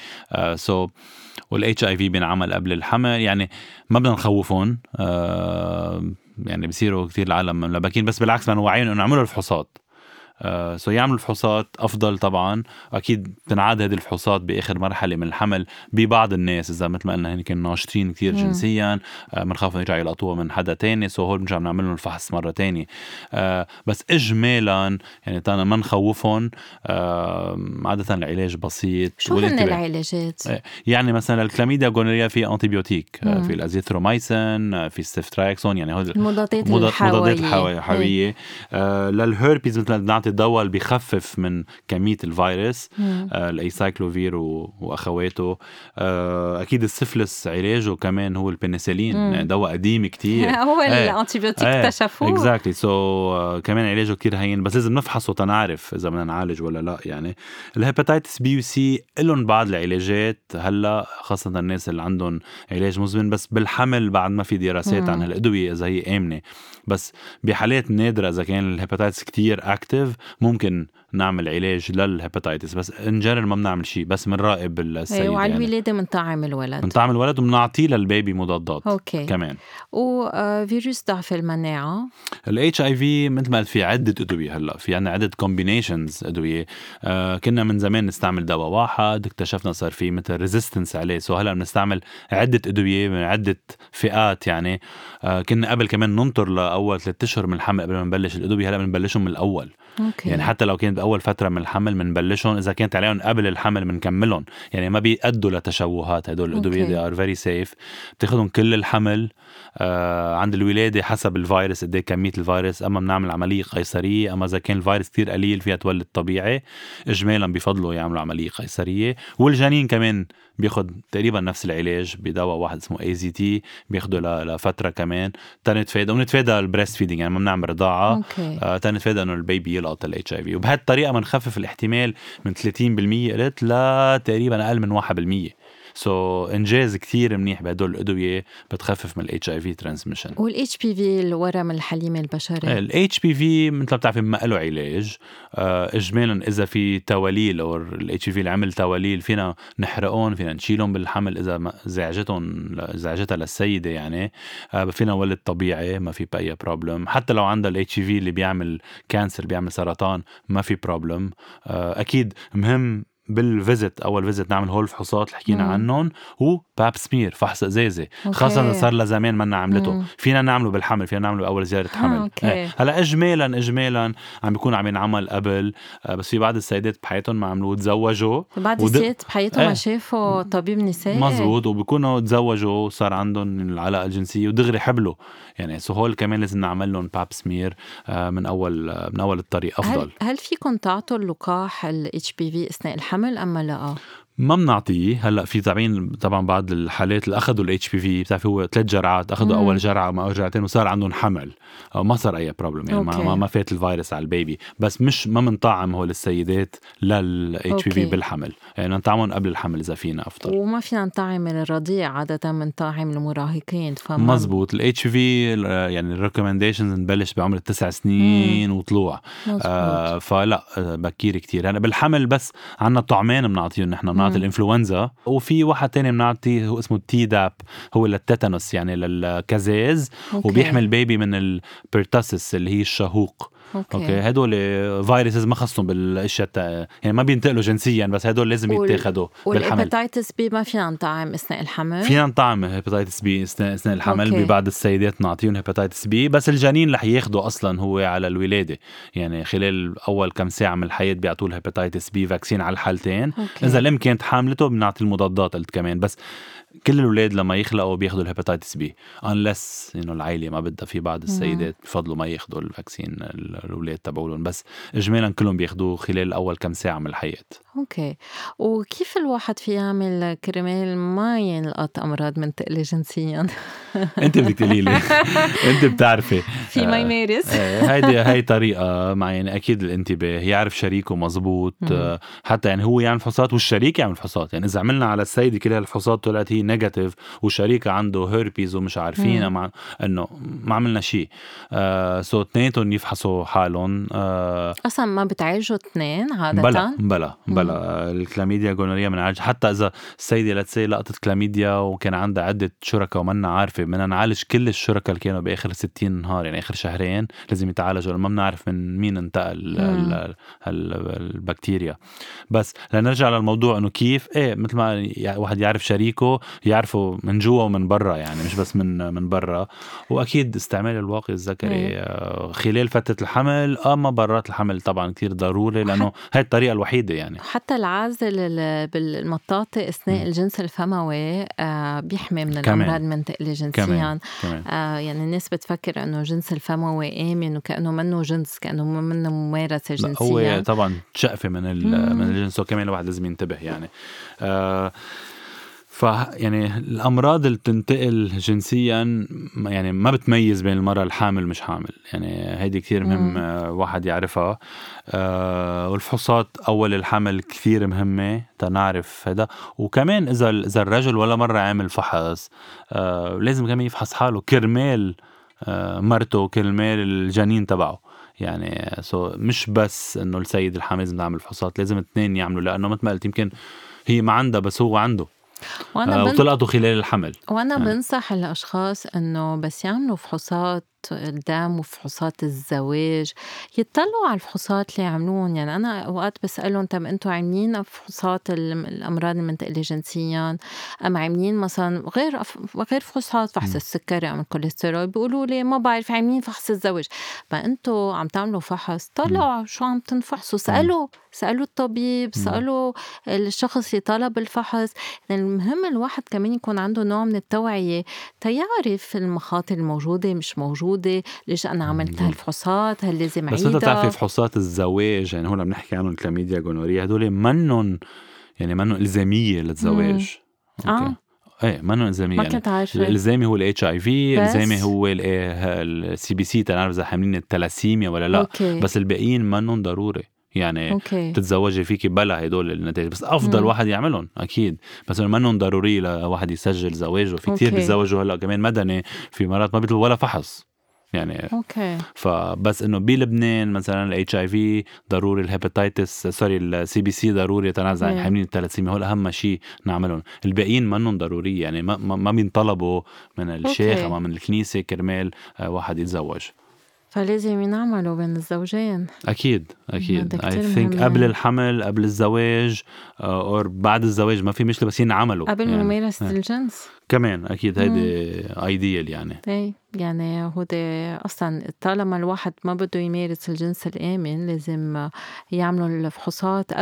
والاتش اي في بينعمل قبل الحمل، يعني ما بدنا نخوفهم. يعني بيصيروا كتير العالم ملبكين، بس بالعكس بدنا نوعيهم انه نعملوا الفحوصات سو يعملوا الفحوصات أفضل طبعا. أكيد تنعاد هذه الفحوصات بآخر مرحلة من الحمل ببعض الناس إذا مثل ما قلنا هن كانوا ناشطين كتير جنسيا، منخاف يرجع يلقطوها من حدا تاني، سو هول بنرجع بنعمل لهم الفحص مرة تانية. بس إجمالا يعني تانا ما نخوفهم. عادة العلاج بسيط. شو هن العلاجات؟ يعني مثلا الكلاميديا غونوريا في أنتيبيوتيك، في الأزيثرومايسين، في السيفتراكسون، يعني هول المضادات الحيوية. للهيربيز مثل بنعطي دواء اللي بيخفف من كمية الفيروس، الأيسايكلوفير وأخواته. أكيد السفلس علاجه كمان هو البنسلين، يعني دواء قديم كتير. هو الأنتيبيوتيك اكتشفوه. exactly. كمان علاجه كتير هين، بس لازم نفحصه تنعرف إذا بدنا نعالج ولا لا. يعني الهيباتيتس بي وسي لهم بعض العلاجات هلا، خاصة الناس اللي عندهم علاج مزمن، بس بالحمل بعد ما في دراسات عن الأدوية إذا هي آمنة. بس بحالات نادرة إذا كان الهيباتيتس كتير أكتيف ممكن نعمل علاج للهيباتيتس، بس إن جنرال ما بنعمل شيء، بس منراقب السيد. وعلى الولادة منطعم الولد ومنعطيه للبيبي مضادات. أوكي. كمان. وفيروس ضعف المناعة، ال HIV مثل ما قلت في عدة أدوية. هلا في عنا عدة combinations أدوية. كنا من زمان نستعمل دواء واحد، اكتشفنا صار في مثل ريزيستنس عليه، سو هلا بنستعمل عدة أدوية من عدة فئات. يعني كنا قبل كمان ننطر لأول 3 أشهر من الحمل قبل ما نبلش الأدوية، هلا بنبلشهم من الأول. أوكي. يعني حتى لو كانت بأول فترة من الحمل منبلشهم، إذا كانت عليهم قبل الحمل منكملهم. يعني ما بيأدوا لتشوهات هدول الأدوية. they are very safe. بتاخدهم كل الحمل. عند الولادة حسب الفيروس قد ايه كمية الفيروس، أما بنعمل عملية قيصرية، أما إذا كان الفيروس كتير قليل فيها تولد طبيعي. إجمالا بيفضلوا يعملوا عملية قيصرية. والجنين كمان بياخد تقريبا نفس العلاج بدواء واحد اسمه AZT، بياخده لفترة كمان تنتفادى. ونتفادى البريست فيدينج، يعني ما بنعمل رضاعة. تنتفادى إنه البيبي يلقط الHIV. وبهالطريقة بنخفف الاحتمال من 30% قلت لتقريبا أقل من 1%. إنجاز كتير منيح بهدول الأدوية، بتخفف من الHIV ترانسميشن. والHPV الورم الحليمي البشري، الHPV مثل ما بتعرفي ما له علاج. إجمالا إذا في تواليل أو الHPV اللي عمل تواليل فينا نحرقهم، فينا نشيلهم بالحمل إذا زعجتها للسيدة. يعني فينا ولد طبيعي، ما في أي بروبلم. حتى لو عندها الHPV اللي بيعمل كانسر، بيعمل سرطان، ما في بروبلم. أكيد مهم بالفيزت، أول فيزت نعمل هول الفحوصات اللي حكينا عنهم، هو باب سمير، فحص إزازة. خاصة صار لزمان ما عملته. فينا نعمله بالحمل، فينا نعمله بأول زيارة حمل. هلا إجمالا عم بيكون عم ينعمل قبل، بس في بعض السيدات بحياتهم ما عملوه، تزوجوا. بعض السيدات بحياتهم ما شافوا طبيب نسائي مزبوط، وبيكونوا تزوجوا صار عندهم العلاقة الجنسية ودغري حبلوا. يعني سهول كمان لازم نعمل لهم باب سمير من أول الطريق أفضل. هل فيكم تعطوا اللقاح الHPV أثناء الحمل أما لا؟ ما بنعطيه. هلا في طبعا بعض الحالات اللي اخذوا الHPV، بتعرفي هو 3 جرعات، اخذوا اول جرعه ما جرعتين وصار عندهم حمل، ما صار اي بروبلم. يعني ما فات الفيروس على البيبي. بس ما منطعم هو للسيدات للHPV بالحمل، يعني نطعمهم قبل الحمل اذا فينا افضل. وما فينا نطعم الرضيع، عاده بنطعم المراهقين. مزبوط. الHPV يعني الريكومنديشنز نبلش بعمر 9 سنين وطلوع. فلا بكير كتير. هلا بالحمل بس عنا طعمين بنعطيهم نحن، بنعطي الانفلونزا، وفي واحد تاني بنعطيه هو اسمه TDAP، هو للتيتانوس يعني للكزاز. وبيحمل بيبي من البرتاسس اللي هي الشهوق. اوكي. هدول فيروسز ما خصهم بالاشياء، يعني ما بينتقلوا جنسيا، بس هدول لازم يتاخدوا بالحمل. والهيباتيتس بي ما فينا نطعم اثناء الحمل. فينا نطعم هيباتيتس بي اثناء الحمل. ببعض السيدات نعطيهم هيباتيتس بي، بس الجنين رح ياخده اصلا هو على الولاده. يعني خلال اول كم ساعه من الحياه بيعطوه الهيباتيتس بي فاكسين على الحالتين. اذا الام كانت حاملته بنعطي المضادات قلت كمان. بس كل الأولاد لما يخلقوا بياخدوا الهيباتيتس بي unless إنه العائلة ما بدها. في بعض السيدات بفضلوا ما ياخدوا الفاكسين الأولاد تبعولهم، بس إجمالا كلهم بياخدوه خلال أول كم ساعة من الحياة. أوكي. وكيف الواحد في يعمل كرمال ما ينلقط أمراض منتقلة جنسيا؟ أنت بدك تقولي لي. أنت بتعرفي في ما يمارس. هاي طريقة يعني أكيد الانتباه، يعرف شريكه مزبوط. حتى يعني هو يعمل فحوصات والشريك يعمل فحوصات. يعني إذا عملنا على السيدة كل هالفحوصات طلعت هي هي نيجاتيف وشريكة عنده هيربيز ومش عارفين انه ما عملنا شيء. سو اثنيناتهم يفحصوا حالهم. اصلا ما بتعالجوا اثنين عادة؟ بلا الكلاميديا جونوريا بنعالج. حتى اذا السيدة لتسي لقطت كلاميديا وكان عندها عدة شركاء ومنا عارفة، بدنا نعالج كل الشركاء اللي كانوا باخر 60 نهار، يعني اخر شهرين لازم يتعالجوا، ما بنعرف من مين انتقل البكتيريا. بس لنرجع للموضوع انه كيف مثل ما واحد يعرف شريكه يعرفه من جوا ومن برا، يعني مش بس من برا. واكيد استعمال الواقي الذكري خلال فترة الحمل اما برات الحمل طبعا كتير ضروري، لانه هاي الطريقة الوحيدة. يعني حتى العازل بالمطاطة اثناء الجنس الفموي بيحمي من الامراض المنتقلة جنسيا. يعني الناس بتفكر انه جنس الفموي آمن وكأنه منه جنس، كأنه منه ممارسة جنسية. هو طبعا شقفة من الجنس، وكمان الواحد لازم ينتبه يعني. يعني الأمراض اللي بتنتقل جنسيا يعني ما بتميز بين المرأة الحامل مش حامل، يعني هيدي كتير مهم واحد يعرفها. والفحوصات أول الحمل كثير مهمة تنعرف هذا. وكمان إذا الرجل ولا مرة عامل فحص لازم كمان يفحص حاله كرمال مرته كرمال الجنين تبعه. يعني مش بس إنه السيد الحامل لازم يعمل فحوصات، لازم اثنين يعملوا، لأنه مثل ما قلت يمكن هي ما عندها بس هو عنده وطلقته خلال الحمل. وأنا بنصح الأشخاص أنه بس يعملوا فحوصات الدم وفحوصات الزواج يطلعوا على الفحوصات اللي يعملون. يعني أنا أوقات بسألهم طب أنتوا عاملين فحوصات الأمراض المنتقلة جنسيا أم عاملين مثلا غير فحوصات فحص السكري أم الكوليسترول؟ بيقولوا لي ما بعرف، عاملين فحص الزواج. فأنتوا عم تعملوا فحص، طلعوا شو عم تنفحصوا، سألوا الطبيب، سألوا الشخص اللي طلب الفحص. يعني المهم الواحد كمان يكون عنده نوع من التوعية تيعرف المخاطر الموجودة مش موجودة، ليش أنا عملت هالفحوصات، هل لازم عيدها. بس أنت تعرفي فحوصات الزواج يعني هون بنحكي عنهم كلاميديا جونوريا، هدول منن إلزامية للزواج. ايه منو إلزامي، ما يعني كنت عارفة. الإلزامي هو ال HIV، الإلزامي هو ال CBC تنعرف إذا حاملين التلاسيميا ولا لا. بس الباقيين منن ضروري، يعني تتزوجي فيكي بلا هدول النتائج، بس أفضل واحد يعملهم أكيد، بس منن ضروري لواحد يسجل زواجه. في كتير بيتزوجوا هلا كمان مدني، في مرات ما بيطلبوا ولا فحص يعني. فبس انه بلبنان مثلا ال HIV ضروري، الهيباتيتس ال CBC ضروري تنازع حاملين الثلاثيميا، هول اهم شيء نعملهم. الباقيين منهم ضروري، يعني ما بينطلبوا من الشيخ أو من الكنيسة كرمال واحد يتزوج. فلازم ينعملوا بين الزوجين. أكيد I think قبل الحمل قبل الزواج أو بعد الزواج ما في مشكلة، بس ينعملوا قبل يعني ممارسة الجنس كمان أكيد. هيدي ideal يعني. يعني هو أصلا طالما الواحد ما بده يمارس الجنس الآمن لازم يعملوا الفحوصات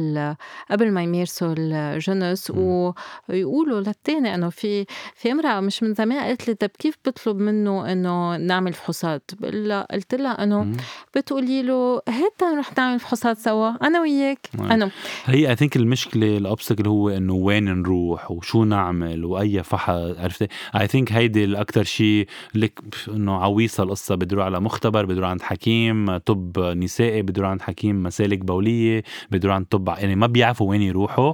قبل ما يمارسوا الجنس. ويقولوا للتاني أنه في امرأة مش من زمان قالت لي طب كيف بطلب منه أنه نعمل فحوصات؟ قلت لها أنه بتقولي له هات نروح نعمل فحوصات سوا أنا وياك. أنا هي I think المشكلة الأبسكل هو أنه وين نروح وشو نعمل وأي فحص، عرفتي؟ I think هيدي الأكتر شيء انه عويصه القصه. بدروا على مختبر، بدروا عند حكيم طب نسائي، بدروا عند حكيم مسالك بوليه، بدروا عند طب، يعني ما بيعرفوا وين يروحوا.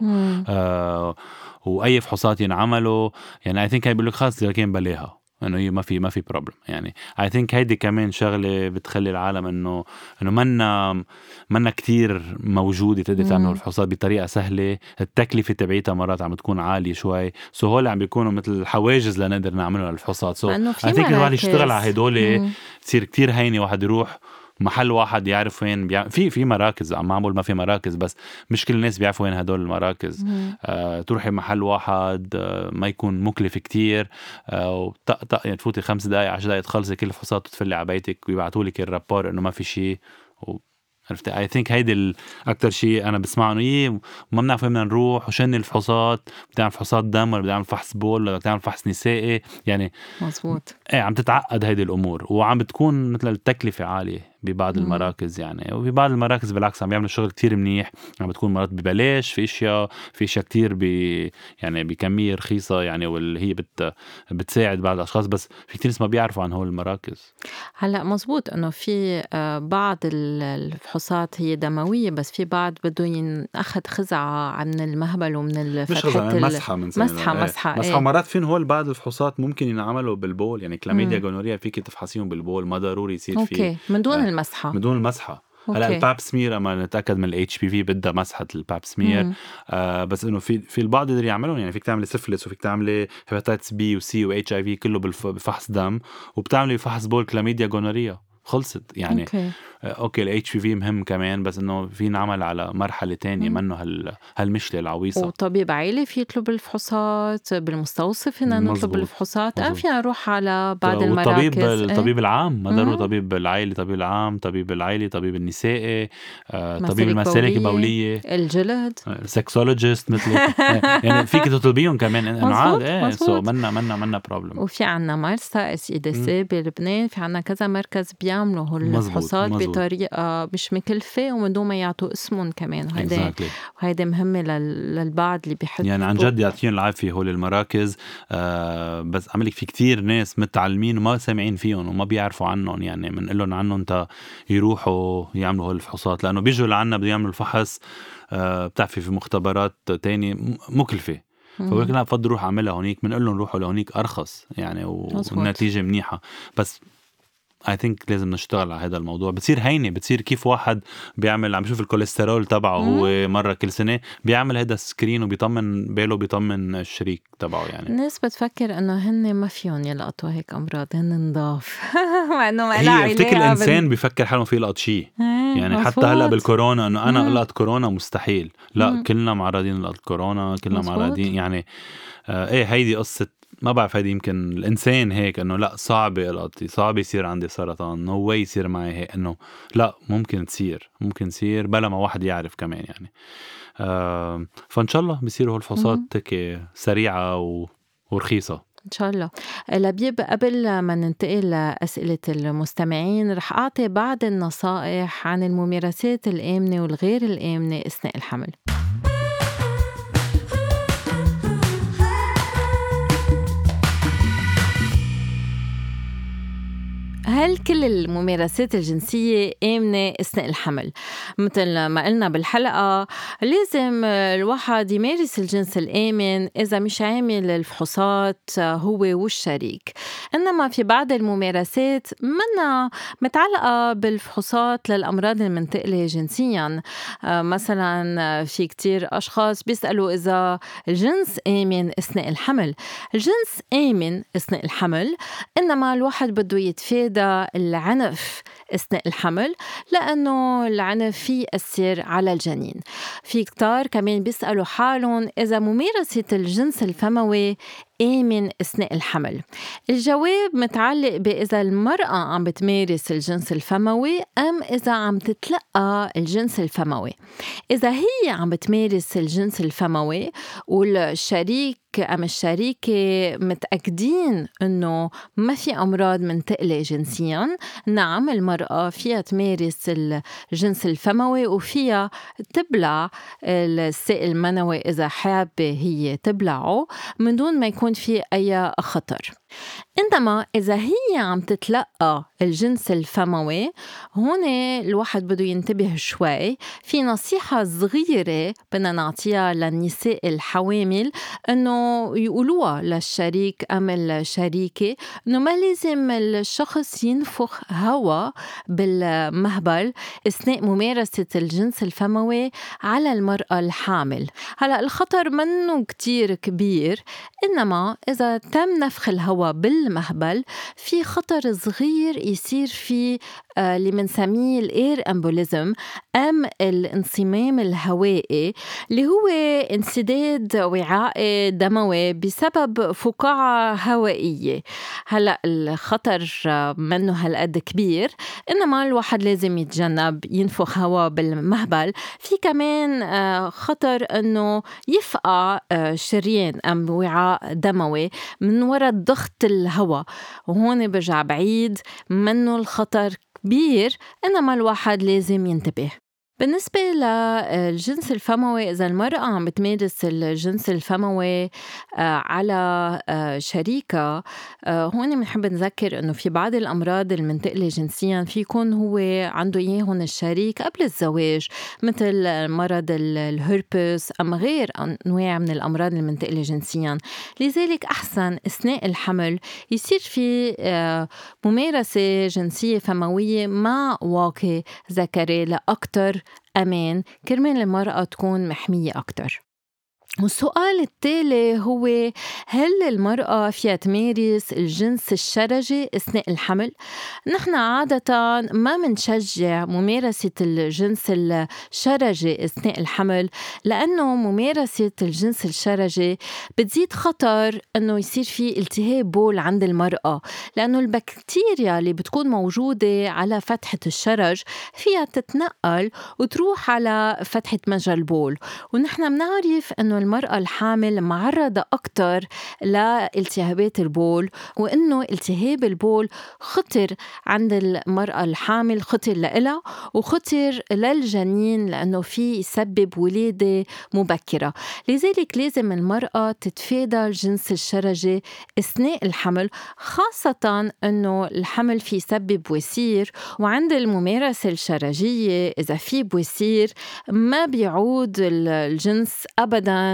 واي فحوصات ينعملوا يعني I think هي بيقول لك خلاص لكن بلاها انه هي ما في بروبلم. يعني I think هيدي كمان شغله بتخلي العالم انه منا كتير موجوده تقدر تعمل الفحوصات بطريقه سهله. التكلفه تبعيتها مرات عم تكون عاليه شوي، هول عم بيكونوا مثل حواجز لنقدر نعملها الفحوصات. I think الواحد يشتغل على هدول تصير كتير هينه واحد يروح محل واحد يعرف وين في مراكز عم معمول، ما في مراكز بس مش كل الناس بيعرفوا وين هدول المراكز. تروحي محل واحد ما يكون مكلف كتير، وطق يعني تفوتي 5 دقايق 10 دقايق تخلصي كل الفحوصات وتفلي على بيتك ويبعتوا لك الرابور انه ما في شيء. عرفتي I think هيدي اكتر شيء انا بسمعه انه ما بنعرف وين بدنا نروح وشن الفحوصات. بتعمل فحوصات دم ولا بتعمل فحص بول ولا بتعمل فحص نسائي؟ يعني مزبوط. عم تتعقد هيدي الامور وعم بتكون مثل التكلفه عاليه. ببعض المراكز يعني، وببعض المراكز بالعكس عم بيعملوا شغل كتير منيح، عم بتكون مرات ببلاش، في اشياء كتير يعني بكمية رخيصة يعني، واللي هي بتساعد بعض الاشخاص، بس في كتير ناس ما بيعرفوا عن هول المراكز. هلا مزبوط انه في بعض الفحوصات هي دمويه، بس في بعض بده ينأخذ خزعه عن المهبل ومن مش خزعة، مسحة من مسحة. ومرات فين هول بعض الفحوصات ممكن ينعملوا بالبول، يعني كلاميديا جونوريا فيك تفحصيهم بالبول، ما ضروري يصير في من دون المسحه. من دون المسحة. هلا الباب سمير اما نتاكد من الاتش بي في بدها مسحه الباب سمير. بس انه في البعض يقدر يعملوا، يعني فيك تعملي سيفلس، وفيك تعملي هيباتيتس بي وسي واتش اي في كله بفحص دم، وبتعملي فحص بول كلاميديا جونوريا، خلصت يعني. اوكي الاتش بي في مهم كمان، بس انه في نعمل على مرحله تانية منه هالمشكله العويصه. وطبيب عائلي في يطلب الفحوصات، بالمستوصف فينا نطلب الفحوصات، فينا نروح على بعض المراكز. الطبيب العام ما ضروري طبيب العائلي، طبيب العام، طبيب العائلي، طبيب النسائي، طبيب المسالك البوليه، الجلد، سكسولوجيست مثله. يعني فيك تطلبيهم كمان انه عاد سو منا بروبلم. وفي عنا مرسى SEDC بلبنان، في عنا كذا مركز بيعملوا هول الفحوصات بطريقة مش مكلفة ومن دون ما يعطوا اسمهم كمان، وهيدا مهمة للبعض اللي بيحب يعني عن جد يعطيهم العافية هول المراكز. بس عملك في كتير ناس متعلمين وما سامعين فيهم وما بيعرفوا عنهم، يعني من قلهم عنهم انت يروحوا يعملوا هول الفحوصات، لأنه بيجوا لعنا بده يعملوا الفحص بتعرفي في مختبرات تاني مكلفة، فقول لك لا بفضل روح اعملها هونيك، بنقول لهم روحوا لهونيك ارخص يعني والنتيجه منيحه. بس I think لازم نشتغل على هذا الموضوع. بتصير هينة، بتصير كيف واحد بيعمل عم يشوف الكوليسترول تبعه هو مرة كل سنة بيعمل هذا السكرين وبيطمن باله، بيطمن الشريك تبعه. يعني الناس بتفكر انه هن ما فيهم يلقطوا هيك امراض، هن نضاف. مع انه ما لها علاقة. هي افتكر الانسان بيفكر حاله فيه يلقط شيء يعني مصفوط. حتى هلا بالكورونا انه انا القط كورونا مستحيل، لا كلنا معرضين نلقط كورونا، كلنا معرضين يعني. ايه هيدي قصة، ما بعرف هيدي يمكن الإنسان هيك إنه لا صعب القطي، صعب يصير عندي سرطان، نو واي يصير معي هيك، إنه لا ممكن تصير بلا ما واحد يعرف كمان يعني. فإن شاء الله بيصيروا هالفحوصات هيك سريعة ورخيصة إن شاء الله. لبيب، قبل ما ننتقل لأسئلة المستمعين رح أعطي بعض النصائح عن الممارسات الآمنة والغير الآمنة أثناء الحمل. هل كل الممارسات الجنسية آمنة أثناء الحمل؟ مثل ما قلنا بالحلقة، لازم الواحد يمارس الجنس الآمن إذا مش عامل الفحوصات هو والشريك. إنما في بعض الممارسات منا متعلقة بالفحوصات للأمراض المنتقلة جنسياً. مثلاً في كتير أشخاص بيسألوا إذا الجنس آمن أثناء الحمل. الجنس آمن أثناء الحمل، إنما الواحد بده يتفادى العنف أثناء الحمل، لأنه العنف فيه يأثر على الجنين. في كتار كمان بيسألوا حالهم إذا ممارسة الجنس الفموي آمن أثناء الحمل. الجواب متعلق بإذا المرأة عم بتمارس الجنس الفموي أم إذا عم تتلقى الجنس الفموي. إذا هي عم بتمارس الجنس الفموي والشريك أم الشريكة متأكدين أنه ما في أمراض منتقلة جنسياً، نعم المرأة فيها تمارس الجنس الفموي وفيها تبلع السائل المنوي إذا حابة هي تبلعه من دون ما يكون في أي خطر. إنما إذا هي عم تتلقى الجنس الفموي، هون الواحد بده ينتبه شوي. في نصيحة صغيرة بدنا نعطيها للنساء الحوامل، إنه يقولوها للشريك أم الشريكة، إنه ما لازم الشخص ينفخ هواء بالمهبل أثناء ممارسة الجنس الفموي على المرأة الحامل. هلأ الخطر منه كتير كبير، إنما إذا تم نفخ الهواء بالمهبل في خطر صغير يصير في اللي منسميه الإير أمبوليزم أم الانصمام الهوائي، اللي هو انسداد وعاء دموي بسبب فقاعة هوائية. هلأ الخطر منه هالقد كبير، إنما الواحد لازم يتجنب ينفخ هواء بالمهبل. في كمان خطر أنه يفقع شريان أم وعاء دموي من وراء ضغط الهواء، وهون برجع بعيد منه الخطر كبير، إنما الواحد لازم ينتبه. بالنسبة للجنس الفموي، إذا المرأة عم بتمارس الجنس الفموي على شريكة، هون بنحب نذكر إنه في بعض الأمراض المنتقلة جنسيا في يكون هو عنده إياهن الشريك قبل الزواج، مثل مرض الهربس أما غير أنواع من الأمراض المنتقلة جنسيا. لذلك أحسن أثناء الحمل يصير في ممارسة جنسية فموية مع واقي ذكري لأكتر أمان، كرمال المرأة تكون محمية أكتر. والسؤال التالي هو: هل المرأة فيها تمارس الجنس الشرجي أثناء الحمل؟ نحن عادة ما منشجع ممارسة الجنس الشرجي أثناء الحمل، لأنه ممارسة الجنس الشرجي بتزيد خطر أنه يصير في التهاب بول عند المرأة، لأنه البكتيريا اللي بتكون موجودة على فتحة الشرج فيها تتنقل وتروح على فتحة مجرى البول. ونحن منعرف أنه المرأة الحامل معرضة أكتر لالتهابات البول، وإنه التهاب البول خطر عند المرأة الحامل، خطر لإلها وخطر للجنين، لأنه في يسبب ولادة مبكرة. لذلك لازم المرأة تتفادى الجنس الشرجي أثناء الحمل، خاصة أنه الحمل في يسبب بواسير، وعند الممارسة الشرجية إذا في بواسير ما بيعود الجنس أبداً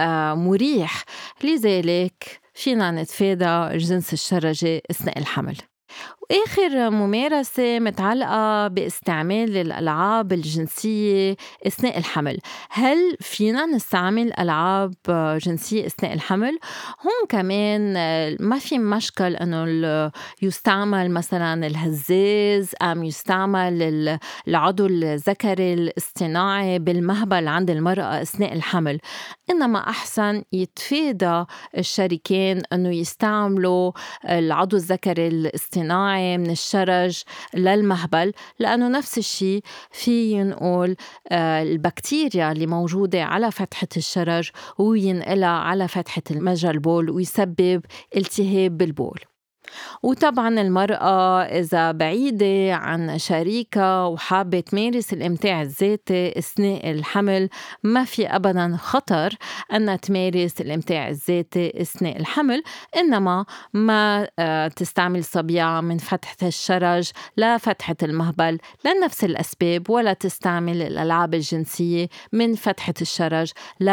مريح. لذلك فينا نتفادى الجنس الشرجي أثناء الحمل. وآخر ممارسة متعلقة باستعمال الألعاب الجنسية أثناء الحمل. هل فينا نستعمل ألعاب جنسية أثناء الحمل؟ هون كمان ما في مشكل أنه يستعمل مثلا الهزاز أم يستعمل العضو الذكري الاصطناعي بالمهبل عند المرأة أثناء الحمل، إنما أحسن يتفادى الشريكين أنه يستعملوا العضو الذكري الاصطناعي من الشرج للمهبل، لأنه نفس الشيء في ينقل البكتيريا اللي موجودة على فتحة الشرج وينقلها على فتحة مجرى البول ويسبب التهاب بالبول. وطبعا المرأة إذا بعيدة عن شريكة وحابة تمارس الإمتاع الذاتي أثناء الحمل، ما في أبدا خطر أن تمارس الإمتاع الذاتي أثناء الحمل، إنما ما تستعمل صبيعة من فتحة الشرج لفتحة المهبل لنفس الأسباب، ولا تستعمل الألعاب الجنسية من فتحة الشرج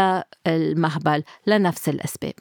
للمهبل لنفس الأسباب.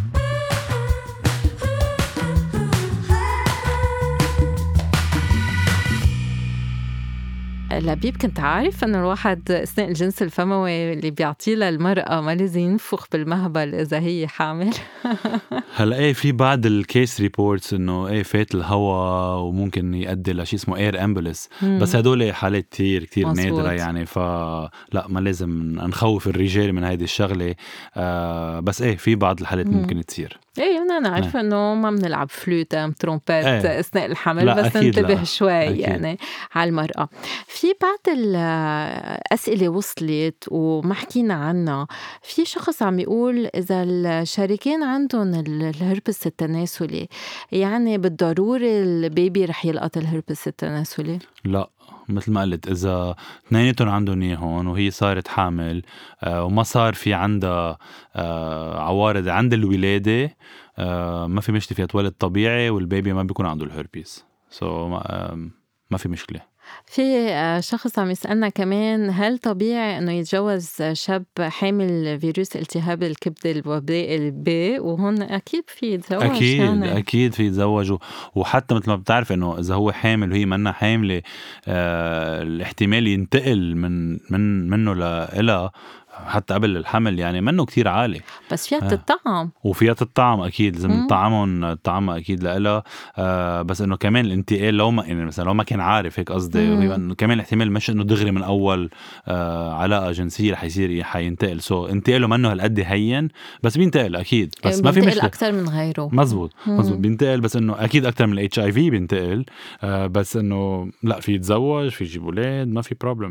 لبيب، كنت عارف أنه الواحد أثناء الجنس الفموي اللي بيعطيه للمرأة ما لازم ينفخ بالمهبل إذا هي حامل؟ هلا ايه في بعض الكيس ريبورتس انه ايه فات الهواء وممكن يؤدي لشيء اسمه اير امبوليس، بس هدول حالات كتير نادرة يعني، فلا ما لازم نخوف الرجال من هيدي الشغلة. بس ايه في بعض الحالات ممكن تصير. ايه أنا عارفة إنه ما بنلعب فلوت ترومبات أثناء الحمل، بس ننتبه شوي يعني على المرأة. في بعض الأسئلة وصلت وما حكينا عنها. في شخص عم يقول إذا الشريكين عندهم الهربس التناسلي، يعني بالضرورة البيبي رح يلقط الهربس التناسلي؟ لا، مثل ما قلت إذا اثنيناتهم عندهم إياهن وهي صارت حامل وما صار في عندها عوارض عند الولادة، ما في مشكلة فيها تولد طبيعي والبيبي ما بيكون عنده الهربس، ما في مشكلة. في شخص عم يسألنا كمان: هل طبيعي أنه يتجوز شاب حامل فيروس التهاب الكبد الوبائي B؟ وهون أكيد في يتزوج. أكيد في يتزوجوا، وحتى مثل ما بتعرف أنه إذا هو حامل وهي منها حاملة، الاحتمال ينتقل منه لإلها حتى قبل الحمل يعني منه كتير عالي. بس فيها تطعم وفيها تطعم أكيد، لازم نطعمهم طعم أكيد لإلها. بس إنه كمان الانتقال لو ما يعني مثلا لو ما كان عارف هيك قصدي، كمان الاحتمال مش إنه دغري من أول علاقة جنسية رح يصير حينتقل. انتقاله منه هالقد هين، بس بينتقل أكيد، بس ما في مشكلة أكتر من غيره. مزبوط بينتقل، بس إنه أكيد أكتر من HIV بينتقل. بس إنه لا، في يتزوج، في يجيب أولاد، ما في problem.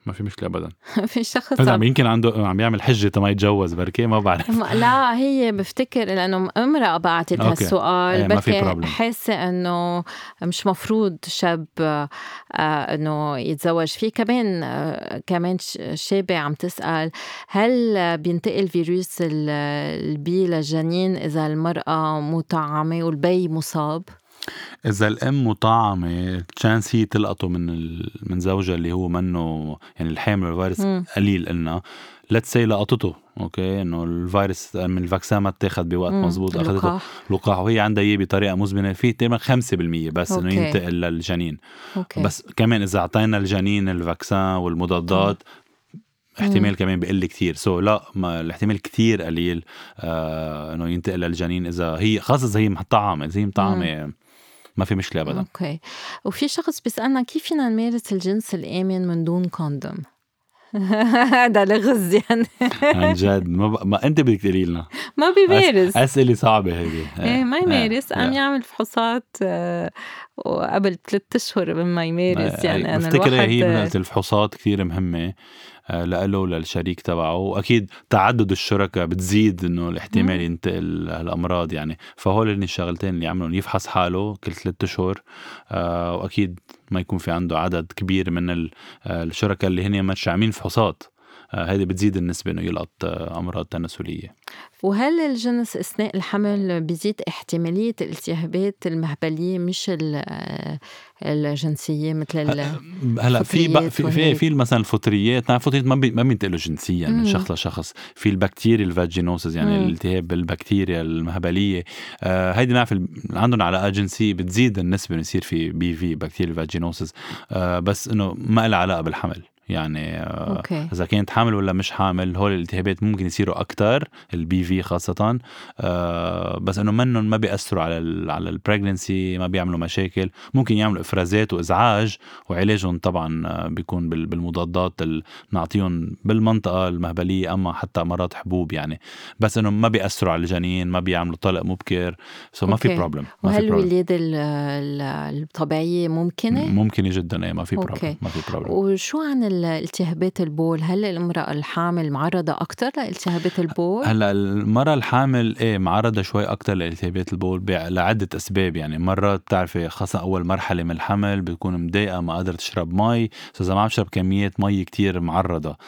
ما في مشكلة أبدا. في شخص بس يمكن عنده عم يعمل حجة ما يتجوز بركي، ما بعرف. لا هي بفتكر لأنه امرأة بعتت هالسؤال، بركي حاسة أنه مش مفروض شاب أنه يتزوج فيه. كمان شابة عم تسأل هل بينتقل فيروس البي للجنين إذا المرأة مطعمة والبي مصاب؟ إذا الأم مطعمة تشانس هي تلقطه من زوجها اللي هو منه يعني الحامل الفيروس قليل إلنا. let's say لقطته أوكي إنه الفيروس من الفاكسين ما اتاخد بوقت مزبوط، أخذته لقاح وهي عندها إيه بطريقة مزمنة، فيه تقريبا 5% بس إنه ينتقل للجنين. بس كمان إذا عطينا الجنين الفاكسين والمضادات احتمال كمان بقل كتير. لا ما الاحتمال كتير قليل إنه ينتقل للجنين إذا هي خاصة زي مطعمة ما في مشكلة أبدا. أوكي. وفي شخص بيسألنا كيف فينا نمارس الجنس الآمن من دون كوندوم؟ هذا لغز يعني. عن جد ما أنت بدك تقولي لنا ما بيمارس. أسئلة صعبة هذه. إيه ما يمارس. عم يعمل فحوصات وقبل 3 أشهر ما يمارس. يعني أنا بفتكر هي من الفحوصات كثير مهمة لقله للشريك تبعه، وأكيد تعدد الشركاء بتزيد إنه الاحتمال ينتقل الأمراض يعني. فهول الشغلتين اللي عملهم يفحص حاله كل 3 أشهر، وأكيد ما يكون في عنده عدد كبير من الشركاء اللي هن مش عاملين فحوصات. هذه بتزيد النسبة إنه يلقط أمراض تناسلية. وهل الجنس أثناء الحمل بيزيد احتمالية الالتهابات المهبلية مش الجنسية مثل هلا في مثلا الفطريات. الفطريات ما بينتقلوا جنسيا من شخص لشخص. في البكتيريا الفاجينوسز يعني الالتهاب بالبكتيريا المهبلية، هيدي نعرف عندهم علاقة جنسية بتزيد النسبة إنه يصير في في بكتيريا الفاجينوسز، بس إنه ما لها علاقة بالحمل يعني. إذا كانت حامل ولا مش حامل هول الالتهابات ممكن يصيروا أكتر، البي في خاصة، بس إنه منهم ما بيأثروا على البريغننسي، ما بيعملوا مشاكل. ممكن يعملوا إفرازات وإزعاج، وعلاجهم طبعا بيكون بالمضادات اللي نعطيهم بالمنطقة المهبلية، أما حتى مرات حبوب يعني. بس إنه ما بيأثروا على الجنين، ما بيعملوا طلق مبكر، ما في بروبلم. وهل الولادة الطبيعية ممكنة جدا؟ ما في بروبلم. وشو عن التهابات البول؟ هل المرأة الحامل معرضة أكتر لالتهابات البول؟ هلا المرأة الحامل معرضة شوي أكتر لالتهابات البول لعدة أسباب يعني. مرات بتعرفي خاصة أول مرحلة من الحمل بتكون مضايقة، ما قادرة تشرب مي، إذا ما عم تشرب كميات مي كتير معرضة.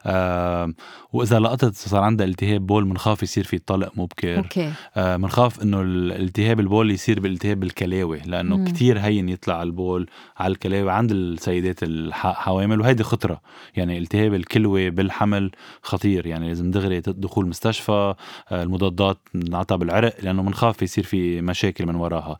وإذا لقطت صار عندها التهاب بول منخاف يصير في طلق مبكر. منخاف إنه الالتهاب البول يصير بالالتهاب الكلاوي، لأنه كتير هين يطلع البول على الكلاوي عند السيدات الحوامل، وهيدي خطرة يعني. التهاب الكلوة بالحمل خطير يعني، لازم دغري دخول مستشفى. المضادات نعطى بالعرق لأنه منخاف يصير في مشاكل من وراها.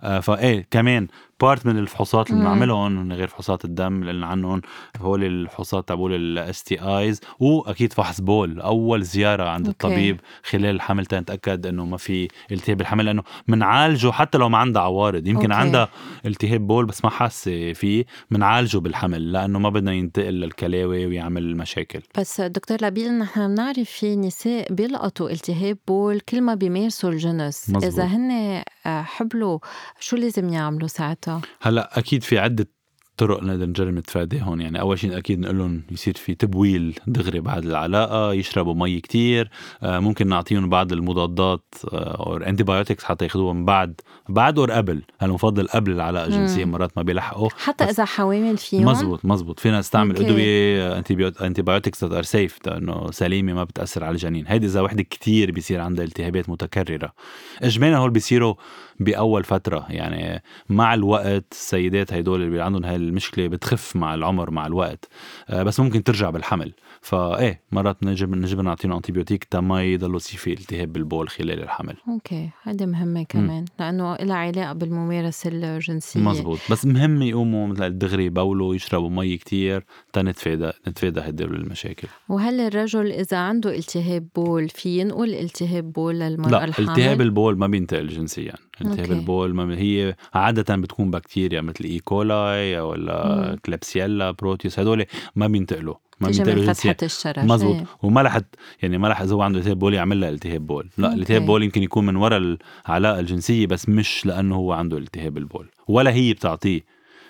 كمان بارت من الفحوصات اللي بنعملهم غير فحوصات الدم لأن عنهم هول الفحوصات تبول STIs، وأكيد فحص بول. أول زيارة عند الطبيب خلال الحمل تنتأكد إنه ما في التهاب الحمل، لأنه منعالجه حتى لو ما عنده عوارض. يمكن عندها التهاب بول بس ما حاسة فيه، منعالجه بالحمل لأنه ما بدنا ينتقل للكلاوي ويعمل مشاكل. بس دكتور لبيل، نحن بنعرف في نساء بيلقطوا التهاب بول كل ما بيمارسوا الجنس. مزبوط. إذا هن حبلوا شو لازم يعملوا ساعتها؟ هلا أكيد في عدة طرق نقدر نجرب نتفاداهم يعني. أول شيء أكيد نقول لهم يصير في تبويل دغري بعد العلاقة، يشربوا مي كتير، ممكن نعطيهم بعض المضادات أو أنتيبيوتكس حتى ياخذوهم بعد أو قبل. المفضل قبل العلاقة الجنسية، مرات ما بيلحقوا حتى إذا حوامل فيهم. مزبوط. فينا نستعمل أدوية أنتيبيوتكس that are safe، إنه سليمة ما بتأثر على الجنين. هيدي إذا وحدة كتير بيصير عندها التهابات متكررة. إجمالا هول بيصيروا بأول فترة يعني. مع الوقت السيدات هيدول اللي عندهم هاي المشكلة بتخف مع العمر مع الوقت، بس ممكن ترجع بالحمل. مرات نجيب نعطينا أنتيبيوتيك تما يضلوا يصير في التهاب بالبول خلال الحمل. هذا مهمة كمان لأنه لها علاقة بالممارسة الجنسية. مزبوط. بس مهم يقوموا مثل الدغري بولوا يشربوا مي كتير نتفادى هدول المشاكل. وهل الرجل إذا عنده التهاب بول في ينقل التهاب بول للمرأة الحامل؟ لا، التهاب البول ما بينتقل جنسيا. التهاب البول هي عادة بتكون بكتيريا مثل إيكولاي ولا كلابسييلا بروتيوس، هدول ما بينتقلوا جنسيا. مزبوط. وما لحد إذا هو عنده التهاب بول يعمل له التهاب بول. لا، التهاب بول يمكن يكون من وراء العلاقة الجنسية، بس مش لأنه هو عنده التهاب البول، ولا هي بتعطيه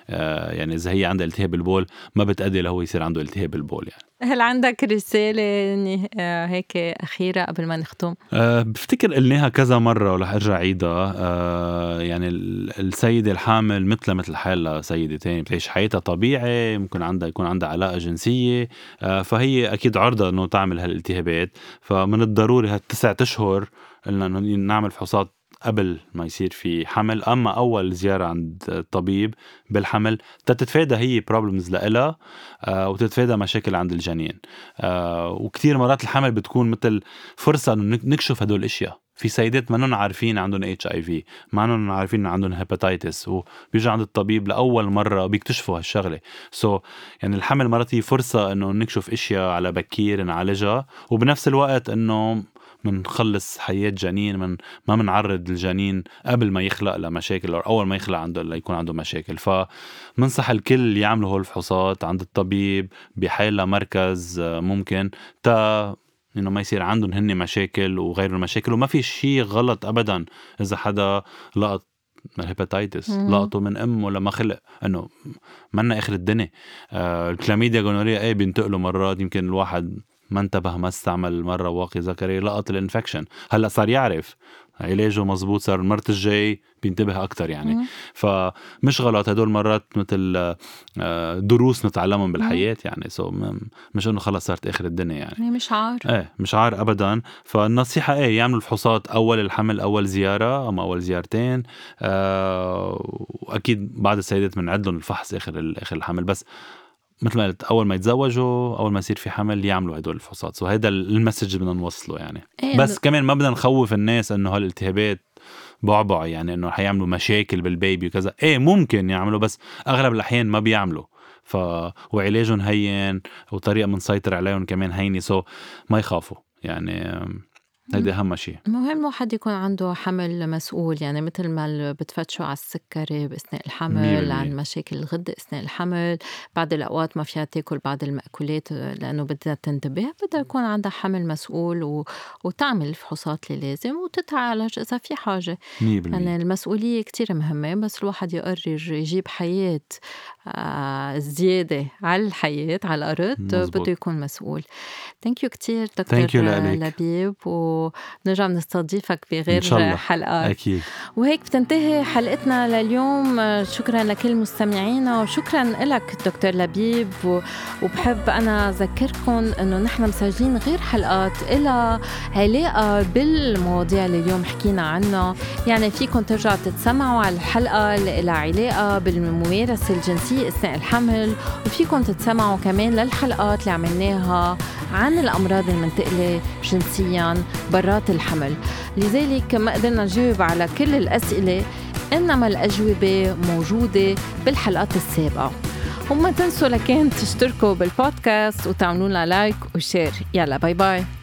يعني إذا هي عندها التهاب البول ما بتأدي له يصير عنده التهاب البول يعني. هل عندك رسالة هيك أخيرة قبل ما نختم؟ بفتكر قلناها كذا مرة ورح أرجع عيدها. يعني السيدة الحامل مثل حالة سيدة تاني بتعيش حياتها طبيعي، ممكن يكون عندها علاقة جنسية، فهي أكيد عرضة إنه تعمل هالالتهابات. فمن الضروري 9 أشهر إنه نعمل فحوصات قبل ما يصير في حمل، أما أول زيارة عند الطبيب بالحمل تتفادى هي problems لإلها وتتفادى مشاكل عند الجنين. وكتير مرات الحمل بتكون مثل فرصة إنه نكشف هدول الأشياء. في سيدات ما نون عارفين عندهم HIV، ما نون عارفين عندهم هيباتيتس، وبيجوا عند الطبيب لأول مرة بيكتشفوا هالشغلة. يعني الحمل مرات هي فرصة إنه نكشف أشياء على بكير نعالجها، وبنفس الوقت إنه منخلص حياة جنين، ما منعرض الجنين قبل ما يخلق لمشاكل أو أول ما يخلق يكون عنده مشاكل. فمنصح الكل يعملوا هول الفحوصات عند الطبيب بحالة مركز ممكن إنه ما يصير عندهم هن مشاكل وغير المشاكل. وما في شيء غلط أبدا إذا حدا لقط الهيباتيتس لقطه من أمه لما خلق، إنه منا آخر الدنيا. الكلاميديا غونوريا بينتقلوا مرات، يمكن الواحد ما انتبه ما استعمل مرة واقي ذكري لقط الانفكشن، هلأ صار يعرف علاجه مزبوط، صار المرة الجاي بينتبه أكتر يعني. فمش غلط، هدول مرات مثل دروس نتعلمهم بالحياة يعني. مش إنه خلص صارت آخر الدنيا يعني مش عار مش عار أبدا. فالنصيحة يعملوا الفحوصات أول الحمل، أول زيارة أما أول زيارتين. وأكيد بعد السيدات بنعدلهم الفحص آخر الحمل. بس مثل ما قلت، أول ما يتزوجوا أول ما يصير في حمل يعملوا هدول الفحوصات. وهذا المسج بدنا نوصله يعني. بس كمان ما بدنا نخوف الناس إنه هالالتهابات بعبع يعني إنه حيعملوا مشاكل بالبيبي وكذا. ممكن يعملوا، بس أغلب الأحيان ما بيعملوا. وعلاجهم هين وطريقة منسيطر عليهم كمان هيني، ما يخافوا يعني. هيدا أهم شيء. مهم واحد يكون عنده حمل مسؤول، يعني مثل ما بتفتشوا على السكري بأثناء الحمل، عن مشاكل الغدة أثناء الحمل، بعد الأوقات ما فيها تاكل بعض المأكولات لأنه بدها تنتبه، بدها يكون عندها حمل مسؤول وتعمل الفحوصات اللي لازم وتتعالج إذا في حاجة. يعني المسؤولية كتير مهمة، بس الواحد يقرر يجيب حياة زيادة على الحياة على الأرض بده يكون مسؤول. ثانك يو كتير دكتور لبيب، ونرجع نستضيفك بغير حلقات أكيد. وهيك بتنتهي حلقتنا لليوم. شكرا لكل مستمعينا وشكرا لك دكتور لبيب. وبحب أنا أذكركم أنه نحن مسجلين غير حلقات إلى علاقة بالمواضيع اللي اليوم حكينا عنها. يعني فيكم ترجعوا تتسمعوا على الحلقة اللي لها علاقة بالممارسة الجنسية أثناء الحمل، وفيكم تتسمعوا كمان للحلقات اللي عملناها عن الأمراض المنتقلة جنسياً برات الحمل. لذلك ما قدرنا نجاوب على كل الأسئلة، إنما الأجوبة موجودة بالحلقات السابقة. وما تنسوا لكن تشتركوا بالبودكاست وتعملوا لنا لايك وشير. يلا باي باي.